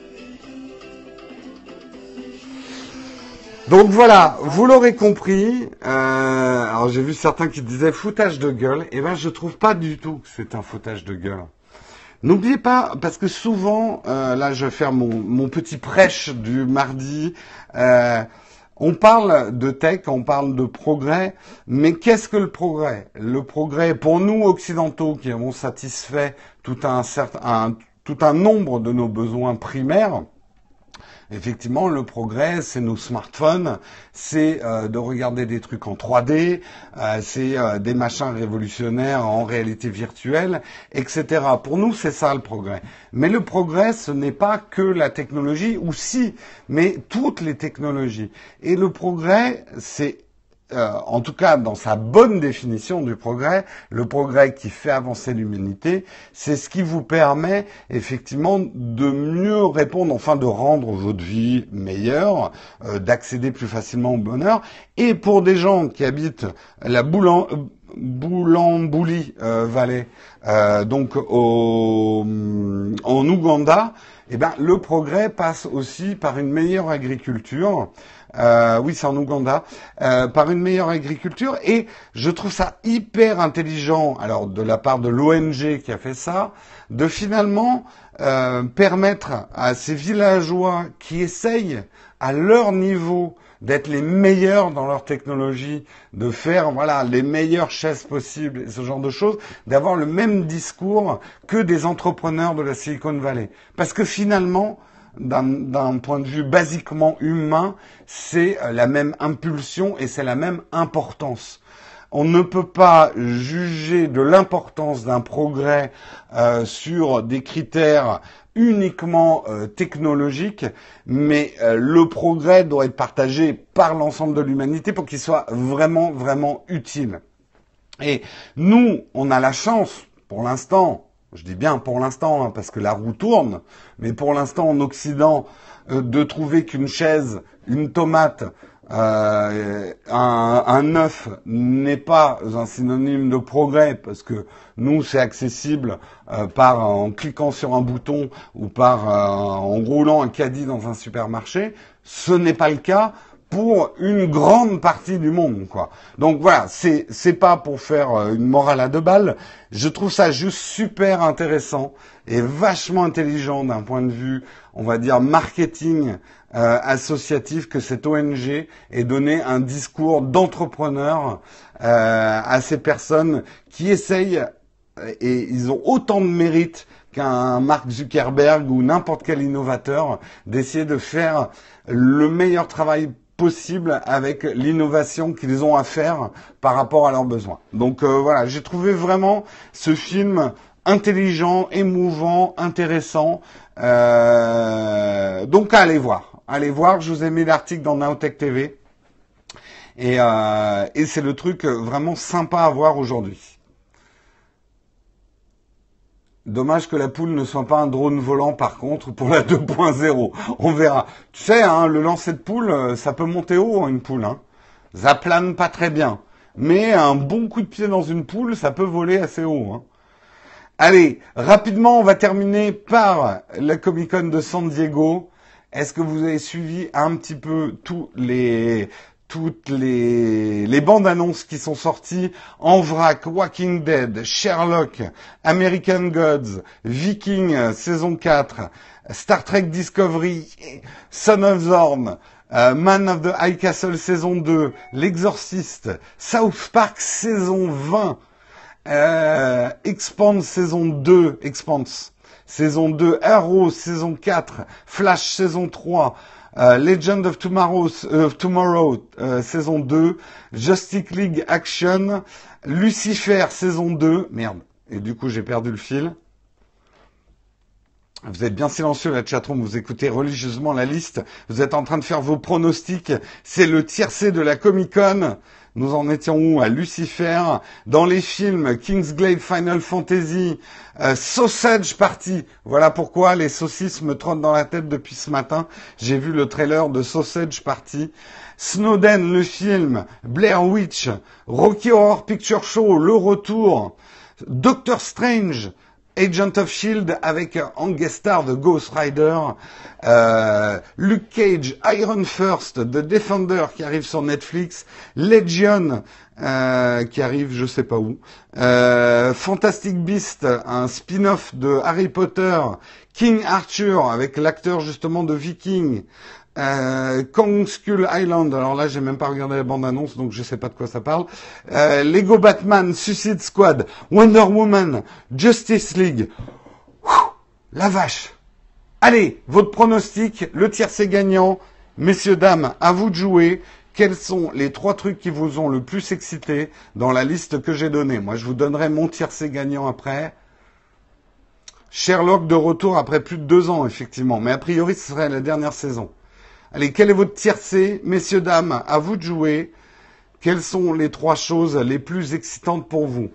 Speaker 1: Donc voilà, vous l'aurez compris. Euh, alors j'ai vu certains qui disaient foutage de gueule. Et ben je trouve pas du tout que c'est un foutage de gueule. N'oubliez pas, parce que souvent, euh, là je vais faire mon, mon petit prêche du mardi. Euh, On parle de tech, on parle de progrès, mais qu'est-ce que le progrès? Le progrès, pour nous occidentaux qui avons satisfait tout un certain, un, tout un nombre de nos besoins primaires. Effectivement, le progrès, c'est nos smartphones, c'est euh, de regarder des trucs en trois D, euh, c'est euh, des machins révolutionnaires en réalité virtuelle, et cetera. Pour nous, c'est ça le progrès. Mais le progrès, ce n'est pas que la technologie, ou si, mais toutes les technologies. Et le progrès, c'est Euh, en tout cas dans sa bonne définition du progrès, le progrès qui fait avancer l'humanité, c'est ce qui vous permet effectivement de mieux répondre, enfin de rendre votre vie meilleure, euh, d'accéder plus facilement au bonheur. Et pour des gens qui habitent la Boulan, Boulambouli euh, Valley, euh, donc au, en Ouganda, eh ben le progrès passe aussi par une meilleure agriculture. Euh, oui, c'est en Ouganda, euh, par une meilleure agriculture, et je trouve ça hyper intelligent, alors de la part de l'O N G qui a fait ça, de finalement euh, permettre à ces villageois qui essayent à leur niveau d'être les meilleurs dans leur technologie, de faire voilà les meilleures chaises possibles, et ce genre de choses, d'avoir le même discours que des entrepreneurs de la Silicon Valley, parce que finalement d'un point de vue basiquement humain, c'est la même impulsion et c'est la même importance. On ne peut pas juger de l'importance d'un progrès euh, sur des critères uniquement euh, technologiques, mais euh, le progrès doit être partagé par l'ensemble de l'humanité pour qu'il soit vraiment, vraiment utile. Et nous, on a la chance, pour l'instant, je dis bien pour l'instant, hein, parce que la roue tourne, mais pour l'instant en Occident, euh, de trouver qu'une chaise, une tomate, euh, un, un œuf n'est pas un synonyme de progrès, parce que nous c'est accessible euh, par en cliquant sur un bouton ou par euh, en roulant un caddie dans un supermarché. Ce n'est pas le cas pour une grande partie du monde, quoi. Donc voilà, c'est c'est pas pour faire une morale à deux balles. Je trouve ça juste super intéressant et vachement intelligent d'un point de vue, on va dire, marketing euh, associatif, que cette O N G ait donné un discours d'entrepreneur euh, à ces personnes qui essayent, et ils ont autant de mérite qu'un Mark Zuckerberg ou n'importe quel innovateur, d'essayer de faire le meilleur travail possible avec l'innovation qu'ils ont à faire par rapport à leurs besoins. Donc euh, voilà, j'ai trouvé vraiment ce film intelligent, émouvant, intéressant. Euh, donc allez voir, allez voir. Je vous ai mis l'article dans Nowtech T V et, euh, et c'est le truc vraiment sympa à voir aujourd'hui. Dommage que la poule ne soit pas un drone volant, par contre, pour la deux point zéro. On verra. Tu sais, hein, le lancer de poule, ça peut monter haut, une poule. Hein. Ça plane pas très bien. Mais un bon coup de pied dans une poule, ça peut voler assez haut. Hein. Allez, rapidement, on va terminer par la Comic-Con de San Diego. Est-ce que vous avez suivi un petit peu tous les... toutes les, les bandes annonces qui sont sorties en vrac, Walking Dead, Sherlock, American Gods, Viking saison quatre, Star Trek Discovery, Son of Zorn, euh, Man of the High Castle saison deux, L'Exorciste, South Park saison vingt, euh, Expanse saison deux, Expanse saison deux, Arrow saison quatre, Flash saison trois, Uh, Legend of Tomorrow, uh, Tomorrow uh, saison deux, Justice League Action, Lucifer saison deux, merde, et du coup j'ai perdu le fil. Vous êtes bien silencieux la chatroom, vous écoutez religieusement la liste, vous êtes en train de faire vos pronostics, c'est le tiercé de la Comic-Con. Nous en étions où? À Lucifer, dans les films Kingsglaive Final Fantasy, euh, Sausage Party. Voilà pourquoi les saucisses me trottent dans la tête depuis ce matin. J'ai vu le trailer de Sausage Party. Snowden, le film, Blair Witch, Rocky Horror Picture Show, le retour, Doctor Strange, Agent of Shield avec en guest star de Ghost Rider, euh, Luke Cage, Iron First, The Defender qui arrive sur Netflix, Legion euh, qui arrive je sais pas où, euh, Fantastic Beast, un spin-off de Harry Potter, King Arthur avec l'acteur justement de Viking, Euh, Kong Skull Island, alors là j'ai même pas regardé la bande-annonce donc je sais pas de quoi ça parle, euh, Lego Batman, Suicide Squad, Wonder Woman, Justice League. La vache. Allez, votre pronostic, le tiercé gagnant. Messieurs, dames, à vous de jouer. Quels sont les trois trucs qui vous ont le plus excité dans la liste que j'ai donnée? Moi, je vous donnerai mon tiercé gagnant après. Sherlock de retour après plus de deux ans, effectivement. Mais a priori, ce serait la dernière saison. Allez, quel est votre tiercé? Messieurs, dames, à vous de jouer. Quelles sont les trois choses les plus excitantes pour vous?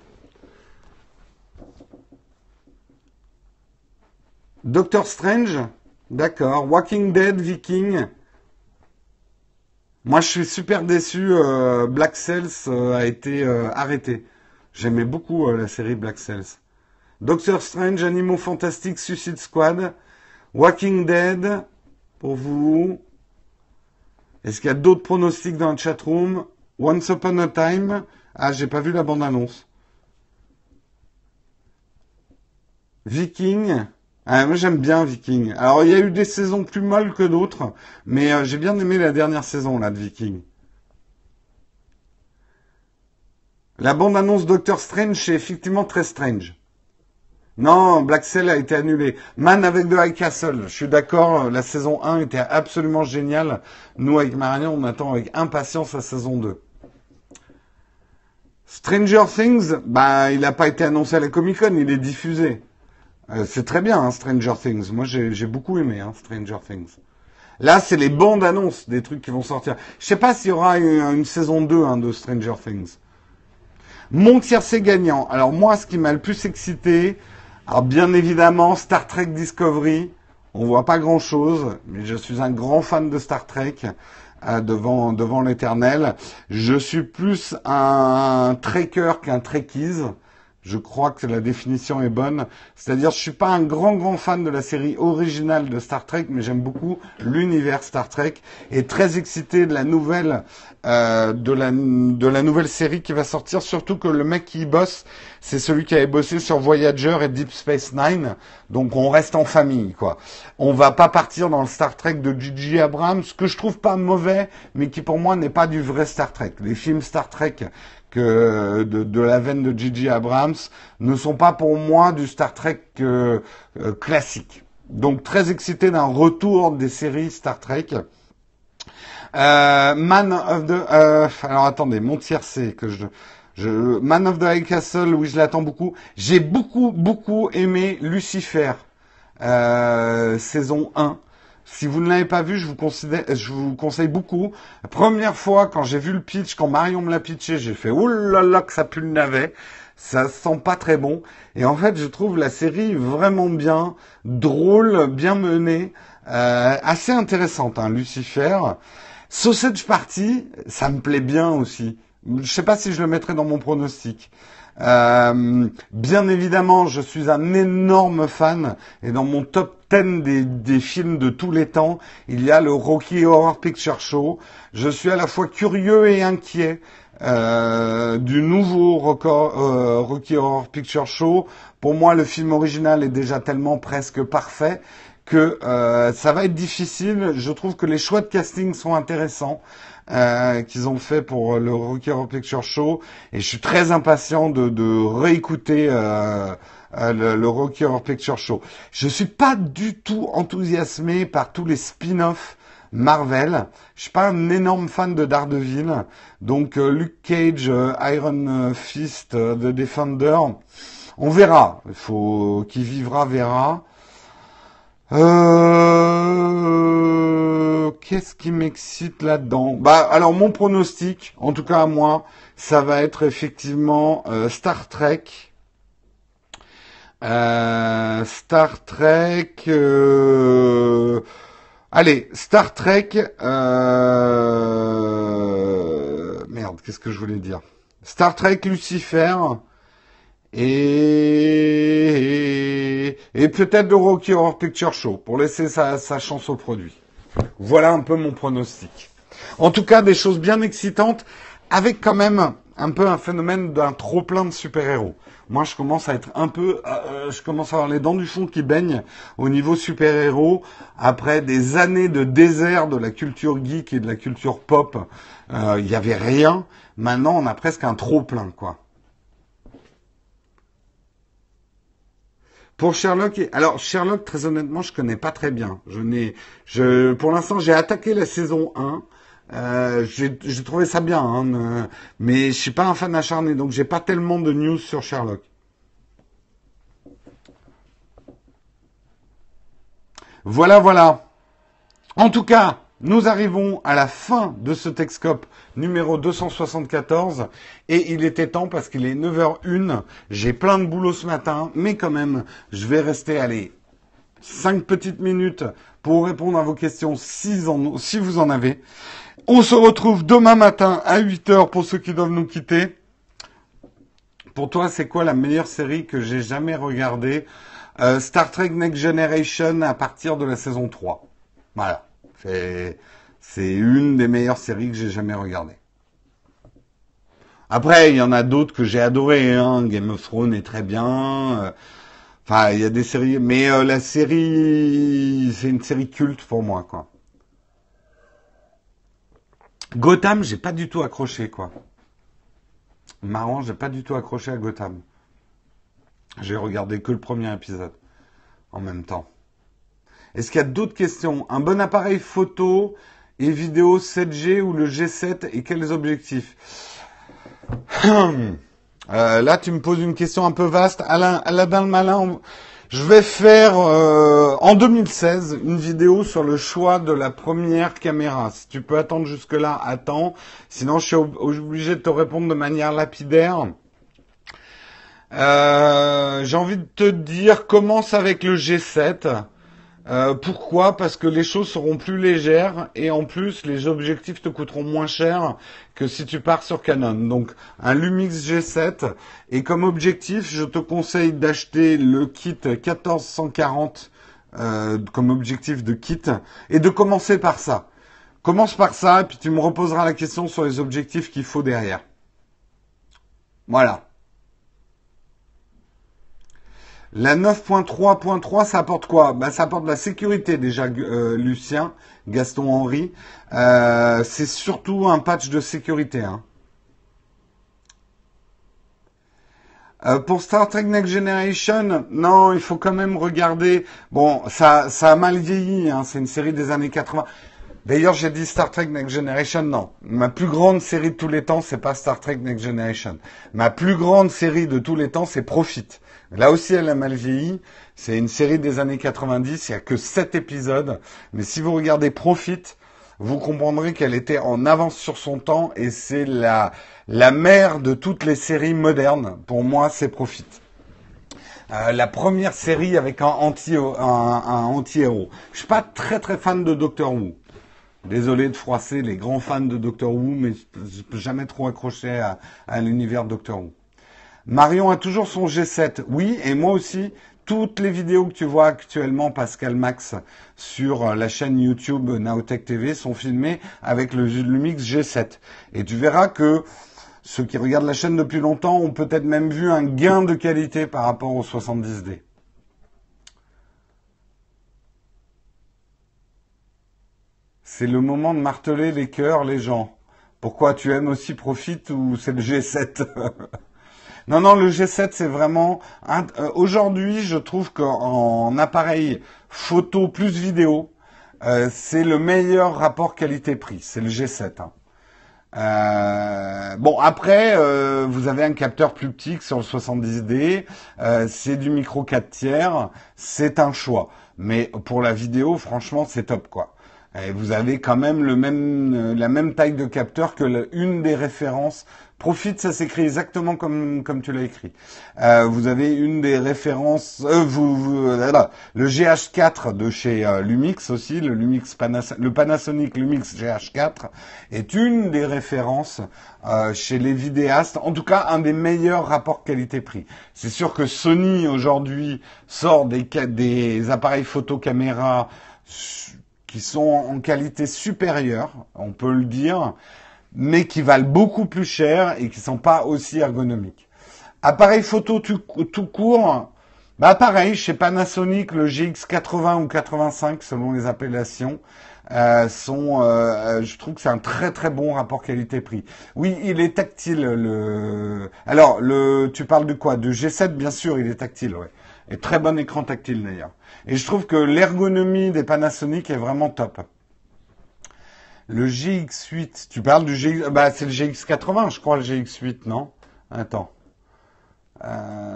Speaker 1: Doctor Strange? D'accord. Walking Dead, Viking? Moi, je suis super déçu. euh, Black Sails euh, a été euh, arrêté. J'aimais beaucoup euh, la série Black Sails. Doctor Strange, Animaux Fantastiques, Suicide Squad, Walking Dead, pour vous. Est-ce qu'il y a d'autres pronostics dans le chatroom? Once Upon a Time. Ah, j'ai pas vu la bande-annonce. Viking. Ah, moi, j'aime bien Viking. Alors, il y a eu des saisons plus molles que d'autres, mais euh, j'ai bien aimé la dernière saison, là, de Viking. La bande-annonce Doctor Strange, c'est effectivement très strange. Non, Black Sail a été annulé. Man avec The High Castle, je suis d'accord, la saison un était absolument géniale. Nous, avec Marianne, on attend avec impatience la saison deux. Stranger Things, bah, il n'a pas été annoncé à la Comic-Con, il est diffusé. Euh, c'est très bien, hein, Stranger Things. Moi, j'ai j'ai beaucoup aimé hein, Stranger Things. Là, c'est les bandes annonces des trucs qui vont sortir. Je sais pas s'il y aura une, une saison deux hein, de Stranger Things. Mon tiercé gagnant. Alors moi, ce qui m'a le plus excité, alors bien évidemment, Star Trek Discovery. On voit pas grand-chose, mais je suis un grand fan de Star Trek euh, devant devant l'éternel. Je suis plus un trekker qu'un trekkies. Je crois que la définition est bonne. C'est-à-dire, je suis pas un grand, grand fan de la série originale de Star Trek, mais j'aime beaucoup l'univers Star Trek et très excité de la nouvelle, euh, de la, de la nouvelle série qui va sortir. Surtout que le mec qui y bosse, c'est celui qui avait bossé sur Voyager et Deep Space Nine. Donc, on reste en famille, quoi. On va pas partir dans le Star Trek de J J Abrams, ce que je trouve pas mauvais, mais qui pour moi n'est pas du vrai Star Trek. Les films Star Trek que de, de la veine de J J Abrams ne sont pas pour moi du Star Trek euh, euh, classique. Donc très excité d'un retour des séries Star Trek. Euh, Man of the... Euh, alors attendez, mon tiercé que je... Je, Man of the High Castle, oui je l'attends beaucoup. J'ai beaucoup, beaucoup aimé Lucifer, euh, saison un. Si vous ne l'avez pas vu, je vous, considère, je vous conseille beaucoup. La première fois, quand j'ai vu le pitch, quand Marion me l'a pitché, j'ai fait « Ouh là là, que ça pue le navet !» Ça sent pas très bon. Et en fait, je trouve la série vraiment bien, drôle, bien menée, euh, assez intéressante, hein, Lucifer. Sausage Party, ça me plaît bien aussi. Je sais pas si je le mettrais dans mon pronostic. Euh, bien évidemment, je suis un énorme fan et dans mon top dix des, des films de tous les temps, il y a le Rocky Horror Picture Show. Je suis à la fois curieux et inquiet euh, du nouveau record, euh, Rocky Horror Picture Show. Pour moi, le film original est déjà tellement presque parfait que euh, ça va être difficile. Je trouve que les choix de casting sont intéressants. Euh, qu'ils ont fait pour le Rocky Horror Picture Show et je suis très impatient de, de réécouter euh, euh, le, le Rocky Horror Picture Show. Je suis pas du tout enthousiasmé par tous les spin-offs Marvel. Je suis pas un énorme fan de Daredevil, donc euh, Luke Cage, euh, Iron Fist, euh, The Defender, on verra. Il faut qui vivra verra. Euh... Qu'est-ce qui m'excite là-dedans? Bah, alors mon pronostic, en tout cas à moi, ça va être effectivement euh, Star Trek. Euh, Star Trek. Euh... Allez, Star Trek. Euh... Merde, qu'est-ce que je voulais dire? Star Trek Lucifer. Et, et peut-être le Rocky Horror Picture Show pour laisser sa, sa chance au produit. Voilà un peu mon pronostic. En tout cas, des choses bien excitantes avec quand même un peu un phénomène d'un trop plein de super-héros. Moi, je commence à être un peu, euh, je commence à avoir les dents du fond qui baignent au niveau super-héros après des années de désert de la culture geek et de la culture pop. Euh, il y avait rien. Maintenant, on a presque un trop plein, quoi. Pour Sherlock, alors Sherlock, très honnêtement, je connais pas très bien. Je n'ai, je, pour l'instant, j'ai attaqué la saison un. Euh, j'ai j'ai trouvé ça bien, hein, euh, mais je suis pas un fan acharné, donc j'ai pas tellement de news sur Sherlock. Voilà, voilà. En tout cas, nous arrivons à la fin de ce Texcope numéro deux cent soixante-quatorze et il était temps parce qu'il est neuf heures une. J'ai plein de boulot ce matin, mais quand même, je vais rester, allez, cinq petites minutes pour répondre à vos questions si, en- si vous en avez. On se retrouve demain matin à huit heures pour ceux qui doivent nous quitter. Pour toi, c'est quoi la meilleure série que j'ai jamais regardée? Euh, Star Trek Next Generation à partir de la saison trois. Voilà. C'est, c'est une des meilleures séries que j'ai jamais regardées. Après, il y en a d'autres que j'ai adorées, hein. Game of Thrones est très bien. euh, Enfin, il y a des séries, mais euh, la série, c'est une série culte pour moi, quoi. Gotham, j'ai pas du tout accroché, quoi. Marrant, j'ai pas du tout accroché à Gotham. J'ai regardé que le premier épisode en même temps. Est-ce qu'il y a d'autres questions? Un bon appareil photo et vidéo sept G ou le G sept et quels objectifs? Euh, là, tu me poses une question un peu vaste. Alain, Alain le Malin, on- je vais faire euh, en deux mille seize une vidéo sur le choix de la première caméra. Si tu peux attendre jusque-là, attends. Sinon, je suis ob- obligé de te répondre de manière lapidaire. Euh, j'ai envie de te dire, commence avec le G sept. Euh, pourquoi? Parce que les choses seront plus légères et en plus les objectifs te coûteront moins cher que si tu pars sur Canon. Donc un Lumix G sept et comme objectif, je te conseille d'acheter le kit quatorze cent quarante euh, comme objectif de kit et de commencer par ça. Commence par ça et puis tu me reposeras la question sur les objectifs qu'il faut derrière. Voilà. La neuf point trois point trois, ça apporte quoi? Bah, ça apporte de la sécurité déjà, euh, Lucien, Gaston Henry. Euh, c'est surtout un patch de sécurité, hein. Euh, pour Star Trek Next Generation, non, il faut quand même regarder. Bon, ça, ça a mal vieilli, hein. C'est une série des années quatre-vingts. D'ailleurs, j'ai dit Star Trek Next Generation, non. Ma plus grande série de tous les temps, c'est pas Star Trek Next Generation. Ma plus grande série de tous les temps, c'est Profit. Là aussi, elle a mal vieilli. C'est une série des années quatre-vingt-dix. Il y a que sept épisodes. Mais si vous regardez Profit, vous comprendrez qu'elle était en avance sur son temps et c'est la, la mère de toutes les séries modernes. Pour moi, c'est Profit. Euh, la première série avec un anti, un, un anti-héros. Je suis pas très très fan de Doctor Who. Désolé de froisser les grands fans de Doctor Who, mais je peux jamais trop accroché à, à l'univers de Doctor Who. Marion a toujours son G sept. Oui, et moi aussi. Toutes les vidéos que tu vois actuellement, Pascal Max, sur la chaîne YouTube Naotech T V sont filmées avec le Lumix G sept. Et tu verras que ceux qui regardent la chaîne depuis longtemps ont peut-être même vu un gain de qualité par rapport au soixante-dix D. C'est le moment de marteler les cœurs, les gens. Pourquoi tu aimes aussi Profit ou c'est le G sept? Non, non, le G sept, c'est vraiment... un- euh, aujourd'hui, je trouve qu'en appareil photo plus vidéo, euh, c'est le meilleur rapport qualité-prix. C'est le G sept, hein. Euh, bon, après, euh, vous avez un capteur plus petit que sur le soixante-dix D. Euh, c'est du micro quatre tiers. C'est un choix. Mais pour la vidéo, franchement, c'est top, quoi. Et vous avez quand même le même, euh, la même taille de capteur que le- une des références. Profit, ça s'écrit exactement comme, comme tu l'as écrit. Euh, vous avez une des références, euh, vous, vous- euh, là, le G H quatre de chez euh, Lumix aussi, le Lumix Panas- le Panasonic Lumix G H quatre est une des références euh, chez les vidéastes. En tout cas, un des meilleurs rapports qualité-prix. C'est sûr que Sony aujourd'hui sort des, ca- des appareils photo caméra qui sont en qualité supérieure, on peut le dire, mais qui valent beaucoup plus cher et qui sont pas aussi ergonomiques. Appareil photo tout, tout court, bah pareil, chez Panasonic, le G X quatre-vingts ou quatre-vingt-cinq selon les appellations, euh, sont, euh, je trouve que c'est un très très bon rapport qualité-prix. Oui, il est tactile. Le, alors le, tu parles de quoi? De G sept, bien sûr, il est tactile, ouais. Et très bon écran tactile d'ailleurs. Et je trouve que l'ergonomie des Panasonic est vraiment top. Le G X huit, tu parles du G X... Bah, c'est le G X quatre-vingts, je crois, le G X huit, non? Attends. Euh...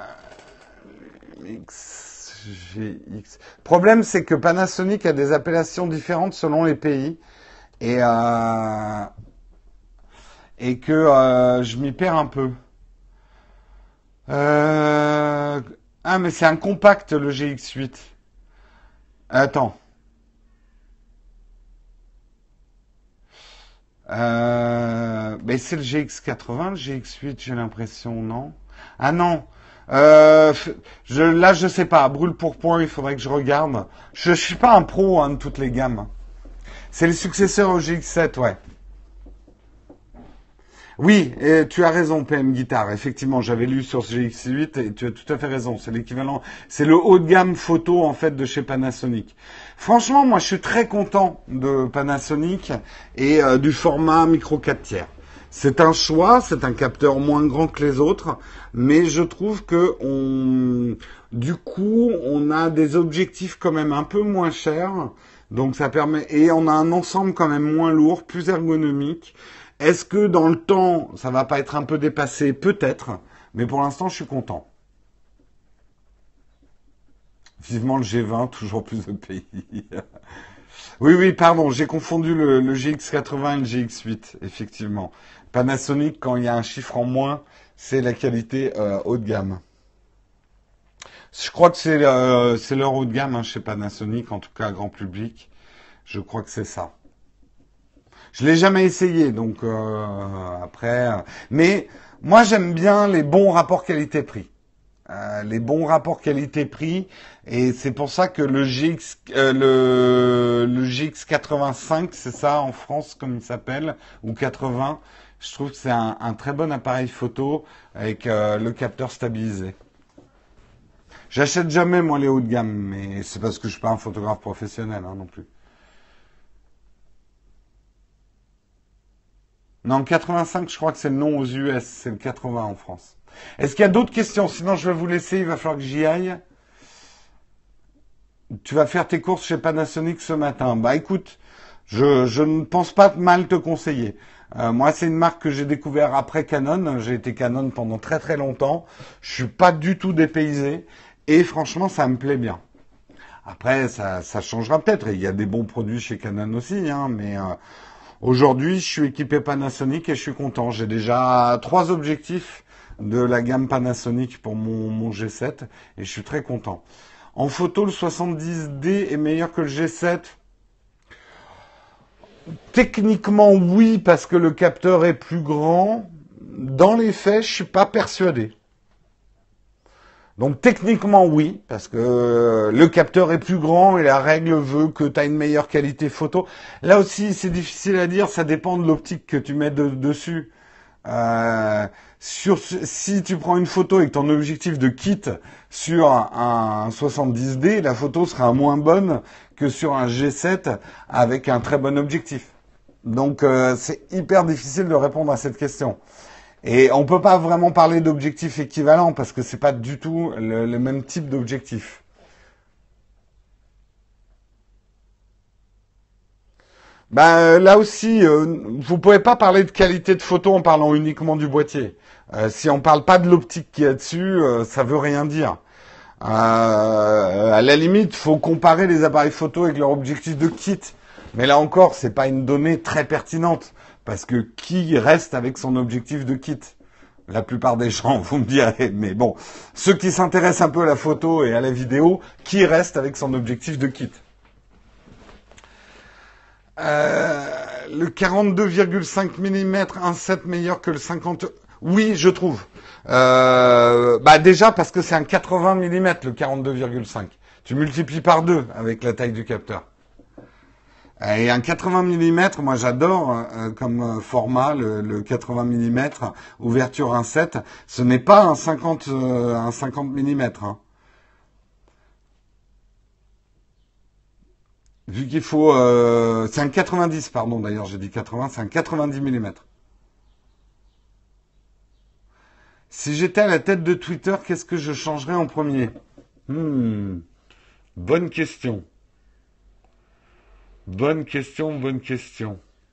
Speaker 1: X, G X. Problème, c'est que Panasonic a des appellations différentes selon les pays. Et, euh... et que euh, je m'y perds un peu. Euh... Ah, mais c'est un compact, le G X huit. Attends. Euh, mais c'est le G X quatre-vingts, le G X huit, j'ai l'impression, non? Ah non. Euh, je, là, je sais pas. Brûle pour point, il faudrait que je regarde. Je, je suis pas un pro hein, de toutes les gammes. C'est le successeur au G X sept, ouais. Oui, et tu as raison, P M Guitar. Effectivement, j'avais lu sur ce G X huit et tu as tout à fait raison. C'est l'équivalent, c'est le haut de gamme photo en fait de chez Panasonic. Franchement, moi, je suis très content de Panasonic et euh, du format micro quatre tiers. C'est un choix, c'est un capteur moins grand que les autres, mais je trouve que on, du coup, on a des objectifs quand même un peu moins chers. Donc ça permet, et on a un ensemble quand même moins lourd, plus ergonomique. Est-ce que dans le temps, ça va pas être un peu dépassé? Peut-être, mais pour l'instant, je suis content. Vivement le G vingt, toujours plus de pays. Oui, oui, pardon, j'ai confondu le, le G X quatre-vingts et le G X huit, effectivement. Panasonic, quand il y a un chiffre en moins, c'est la qualité euh, haut de gamme. Je crois que c'est euh, c'est leur haut de gamme hein, chez Panasonic, en tout cas grand public. Je crois que c'est ça. Je l'ai jamais essayé, donc euh, après. euh, Mais moi, j'aime bien les bons rapports qualité-prix. Euh, les bons rapports qualité-prix, et c'est pour ça que le G X, euh, le, le G X quatre-vingt-cinq, c'est ça en France comme il s'appelle, ou quatre-vingts. Je trouve que c'est un, un très bon appareil photo avec euh, le capteur stabilisé. J'achète jamais moi les hauts de gamme, mais c'est parce que je suis pas un photographe professionnel hein, non plus. Non, quatre-vingt-cinq, je crois que c'est le nom aux U S, c'est le quatre-vingts en France. Est-ce qu'il y a d'autres questions? Sinon, je vais vous laisser, il va falloir que j'y aille. Tu vas faire tes courses chez Panasonic ce matin. Bah écoute, je, je ne pense pas mal te conseiller. Euh, moi, c'est une marque que j'ai découvert après Canon. J'ai été Canon pendant très très longtemps. Je suis pas du tout dépaysé. Et franchement, ça me plaît bien. Après, ça, ça changera peut-être. Et il y a des bons produits chez Canon aussi, hein, mais euh, aujourd'hui, je suis équipé Panasonic et je suis content. J'ai déjà trois objectifs de la gamme Panasonic pour mon, mon G sept et je suis très content. En photo, le soixante-dix D est meilleur que le G sept. Techniquement, oui, parce que le capteur est plus grand. Dans les faits, je suis pas persuadé. Donc techniquement, oui, parce que le capteur est plus grand et la règle veut que tu as une meilleure qualité photo. Là aussi, c'est difficile à dire, ça dépend de l'optique que tu mets de- dessus. Euh, sur, si tu prends une photo avec ton objectif de kit sur un soixante-dix D, la photo sera moins bonne que sur un G sept avec un très bon objectif. Donc euh, c'est hyper difficile de répondre à cette question. Et on peut pas vraiment parler d'objectifs équivalents parce que c'est pas du tout le, le même type d'objectif. Ben euh, là aussi, euh, vous pouvez pas parler de qualité de photo en parlant uniquement du boîtier. Euh, si on parle pas de l'optique qu'il y a dessus, euh, ça veut rien dire. Euh, à la limite, faut comparer les appareils photo avec leur objectif de kit. Mais là encore, c'est pas une donnée très pertinente parce que qui reste avec son objectif de kit? La plupart des gens, vous me direz, mais bon, ceux qui s'intéressent un peu à la photo et à la vidéo, qui reste avec son objectif de kit? Euh, le quarante-deux virgule cinq millimètres, un sept meilleur que le cinquante. Oui, je trouve. Euh, bah déjà parce que c'est un quatre-vingts millimètres le quarante-deux virgule cinq. Tu multiplies par deux avec la taille du capteur. Et un quatre-vingts millimètres, moi j'adore euh, comme euh, format le, le quatre-vingts millimètres, ouverture un sept. Ce n'est pas un cinquante, euh, un cinquante millimètres. Hein. Vu qu'il faut... Euh, c'est un quatre-vingt-dix, pardon, d'ailleurs j'ai dit quatre-vingts, c'est un quatre-vingt-dix millimètres. Si j'étais à la tête de Twitter, qu'est-ce que je changerais en premier? Hmm. Bonne question. Bonne question, bonne question.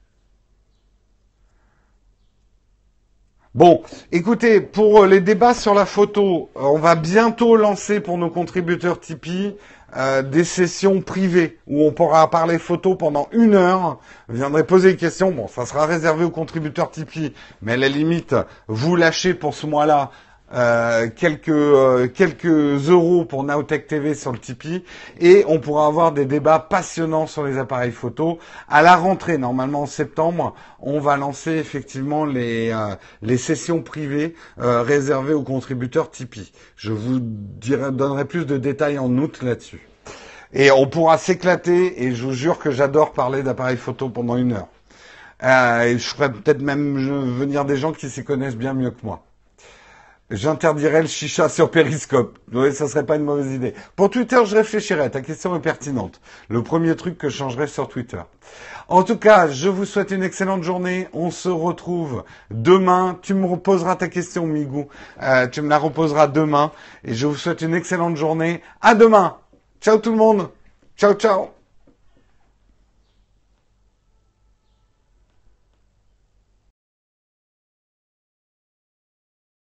Speaker 1: Bon, écoutez, pour les débats sur la photo, euh, on va bientôt lancer pour nos contributeurs Tipeee euh, des sessions privées où on pourra parler photo pendant une heure. Vous viendrez poser des questions. Bon, ça sera réservé aux contributeurs Tipeee, mais à la limite, vous lâchez pour ce mois-là euh, quelques euh, quelques euros pour Nowtech T V sur le Tipeee et on pourra avoir des débats passionnants sur les appareils photo. À la rentrée, normalement en septembre, on va lancer effectivement les euh, les sessions privées euh, réservées aux contributeurs Tipeee. Je vous dirai, donnerai plus de détails en août là-dessus. Et on pourra s'éclater et je vous jure que j'adore parler d'appareils photo pendant une heure. Euh, et je ferai peut-être même venir des gens qui s'y connaissent bien mieux que moi. J'interdirais le chicha sur Periscope. Oui, ça serait pas une mauvaise idée. Pour Twitter, je réfléchirais. Ta question est pertinente. Le premier truc que je changerais sur Twitter. En tout cas, je vous souhaite une excellente journée. On se retrouve demain. Tu me reposeras ta question, Migou. Euh, tu me la reposeras demain. Et je vous souhaite une excellente journée. À demain. Ciao tout le monde. Ciao, ciao.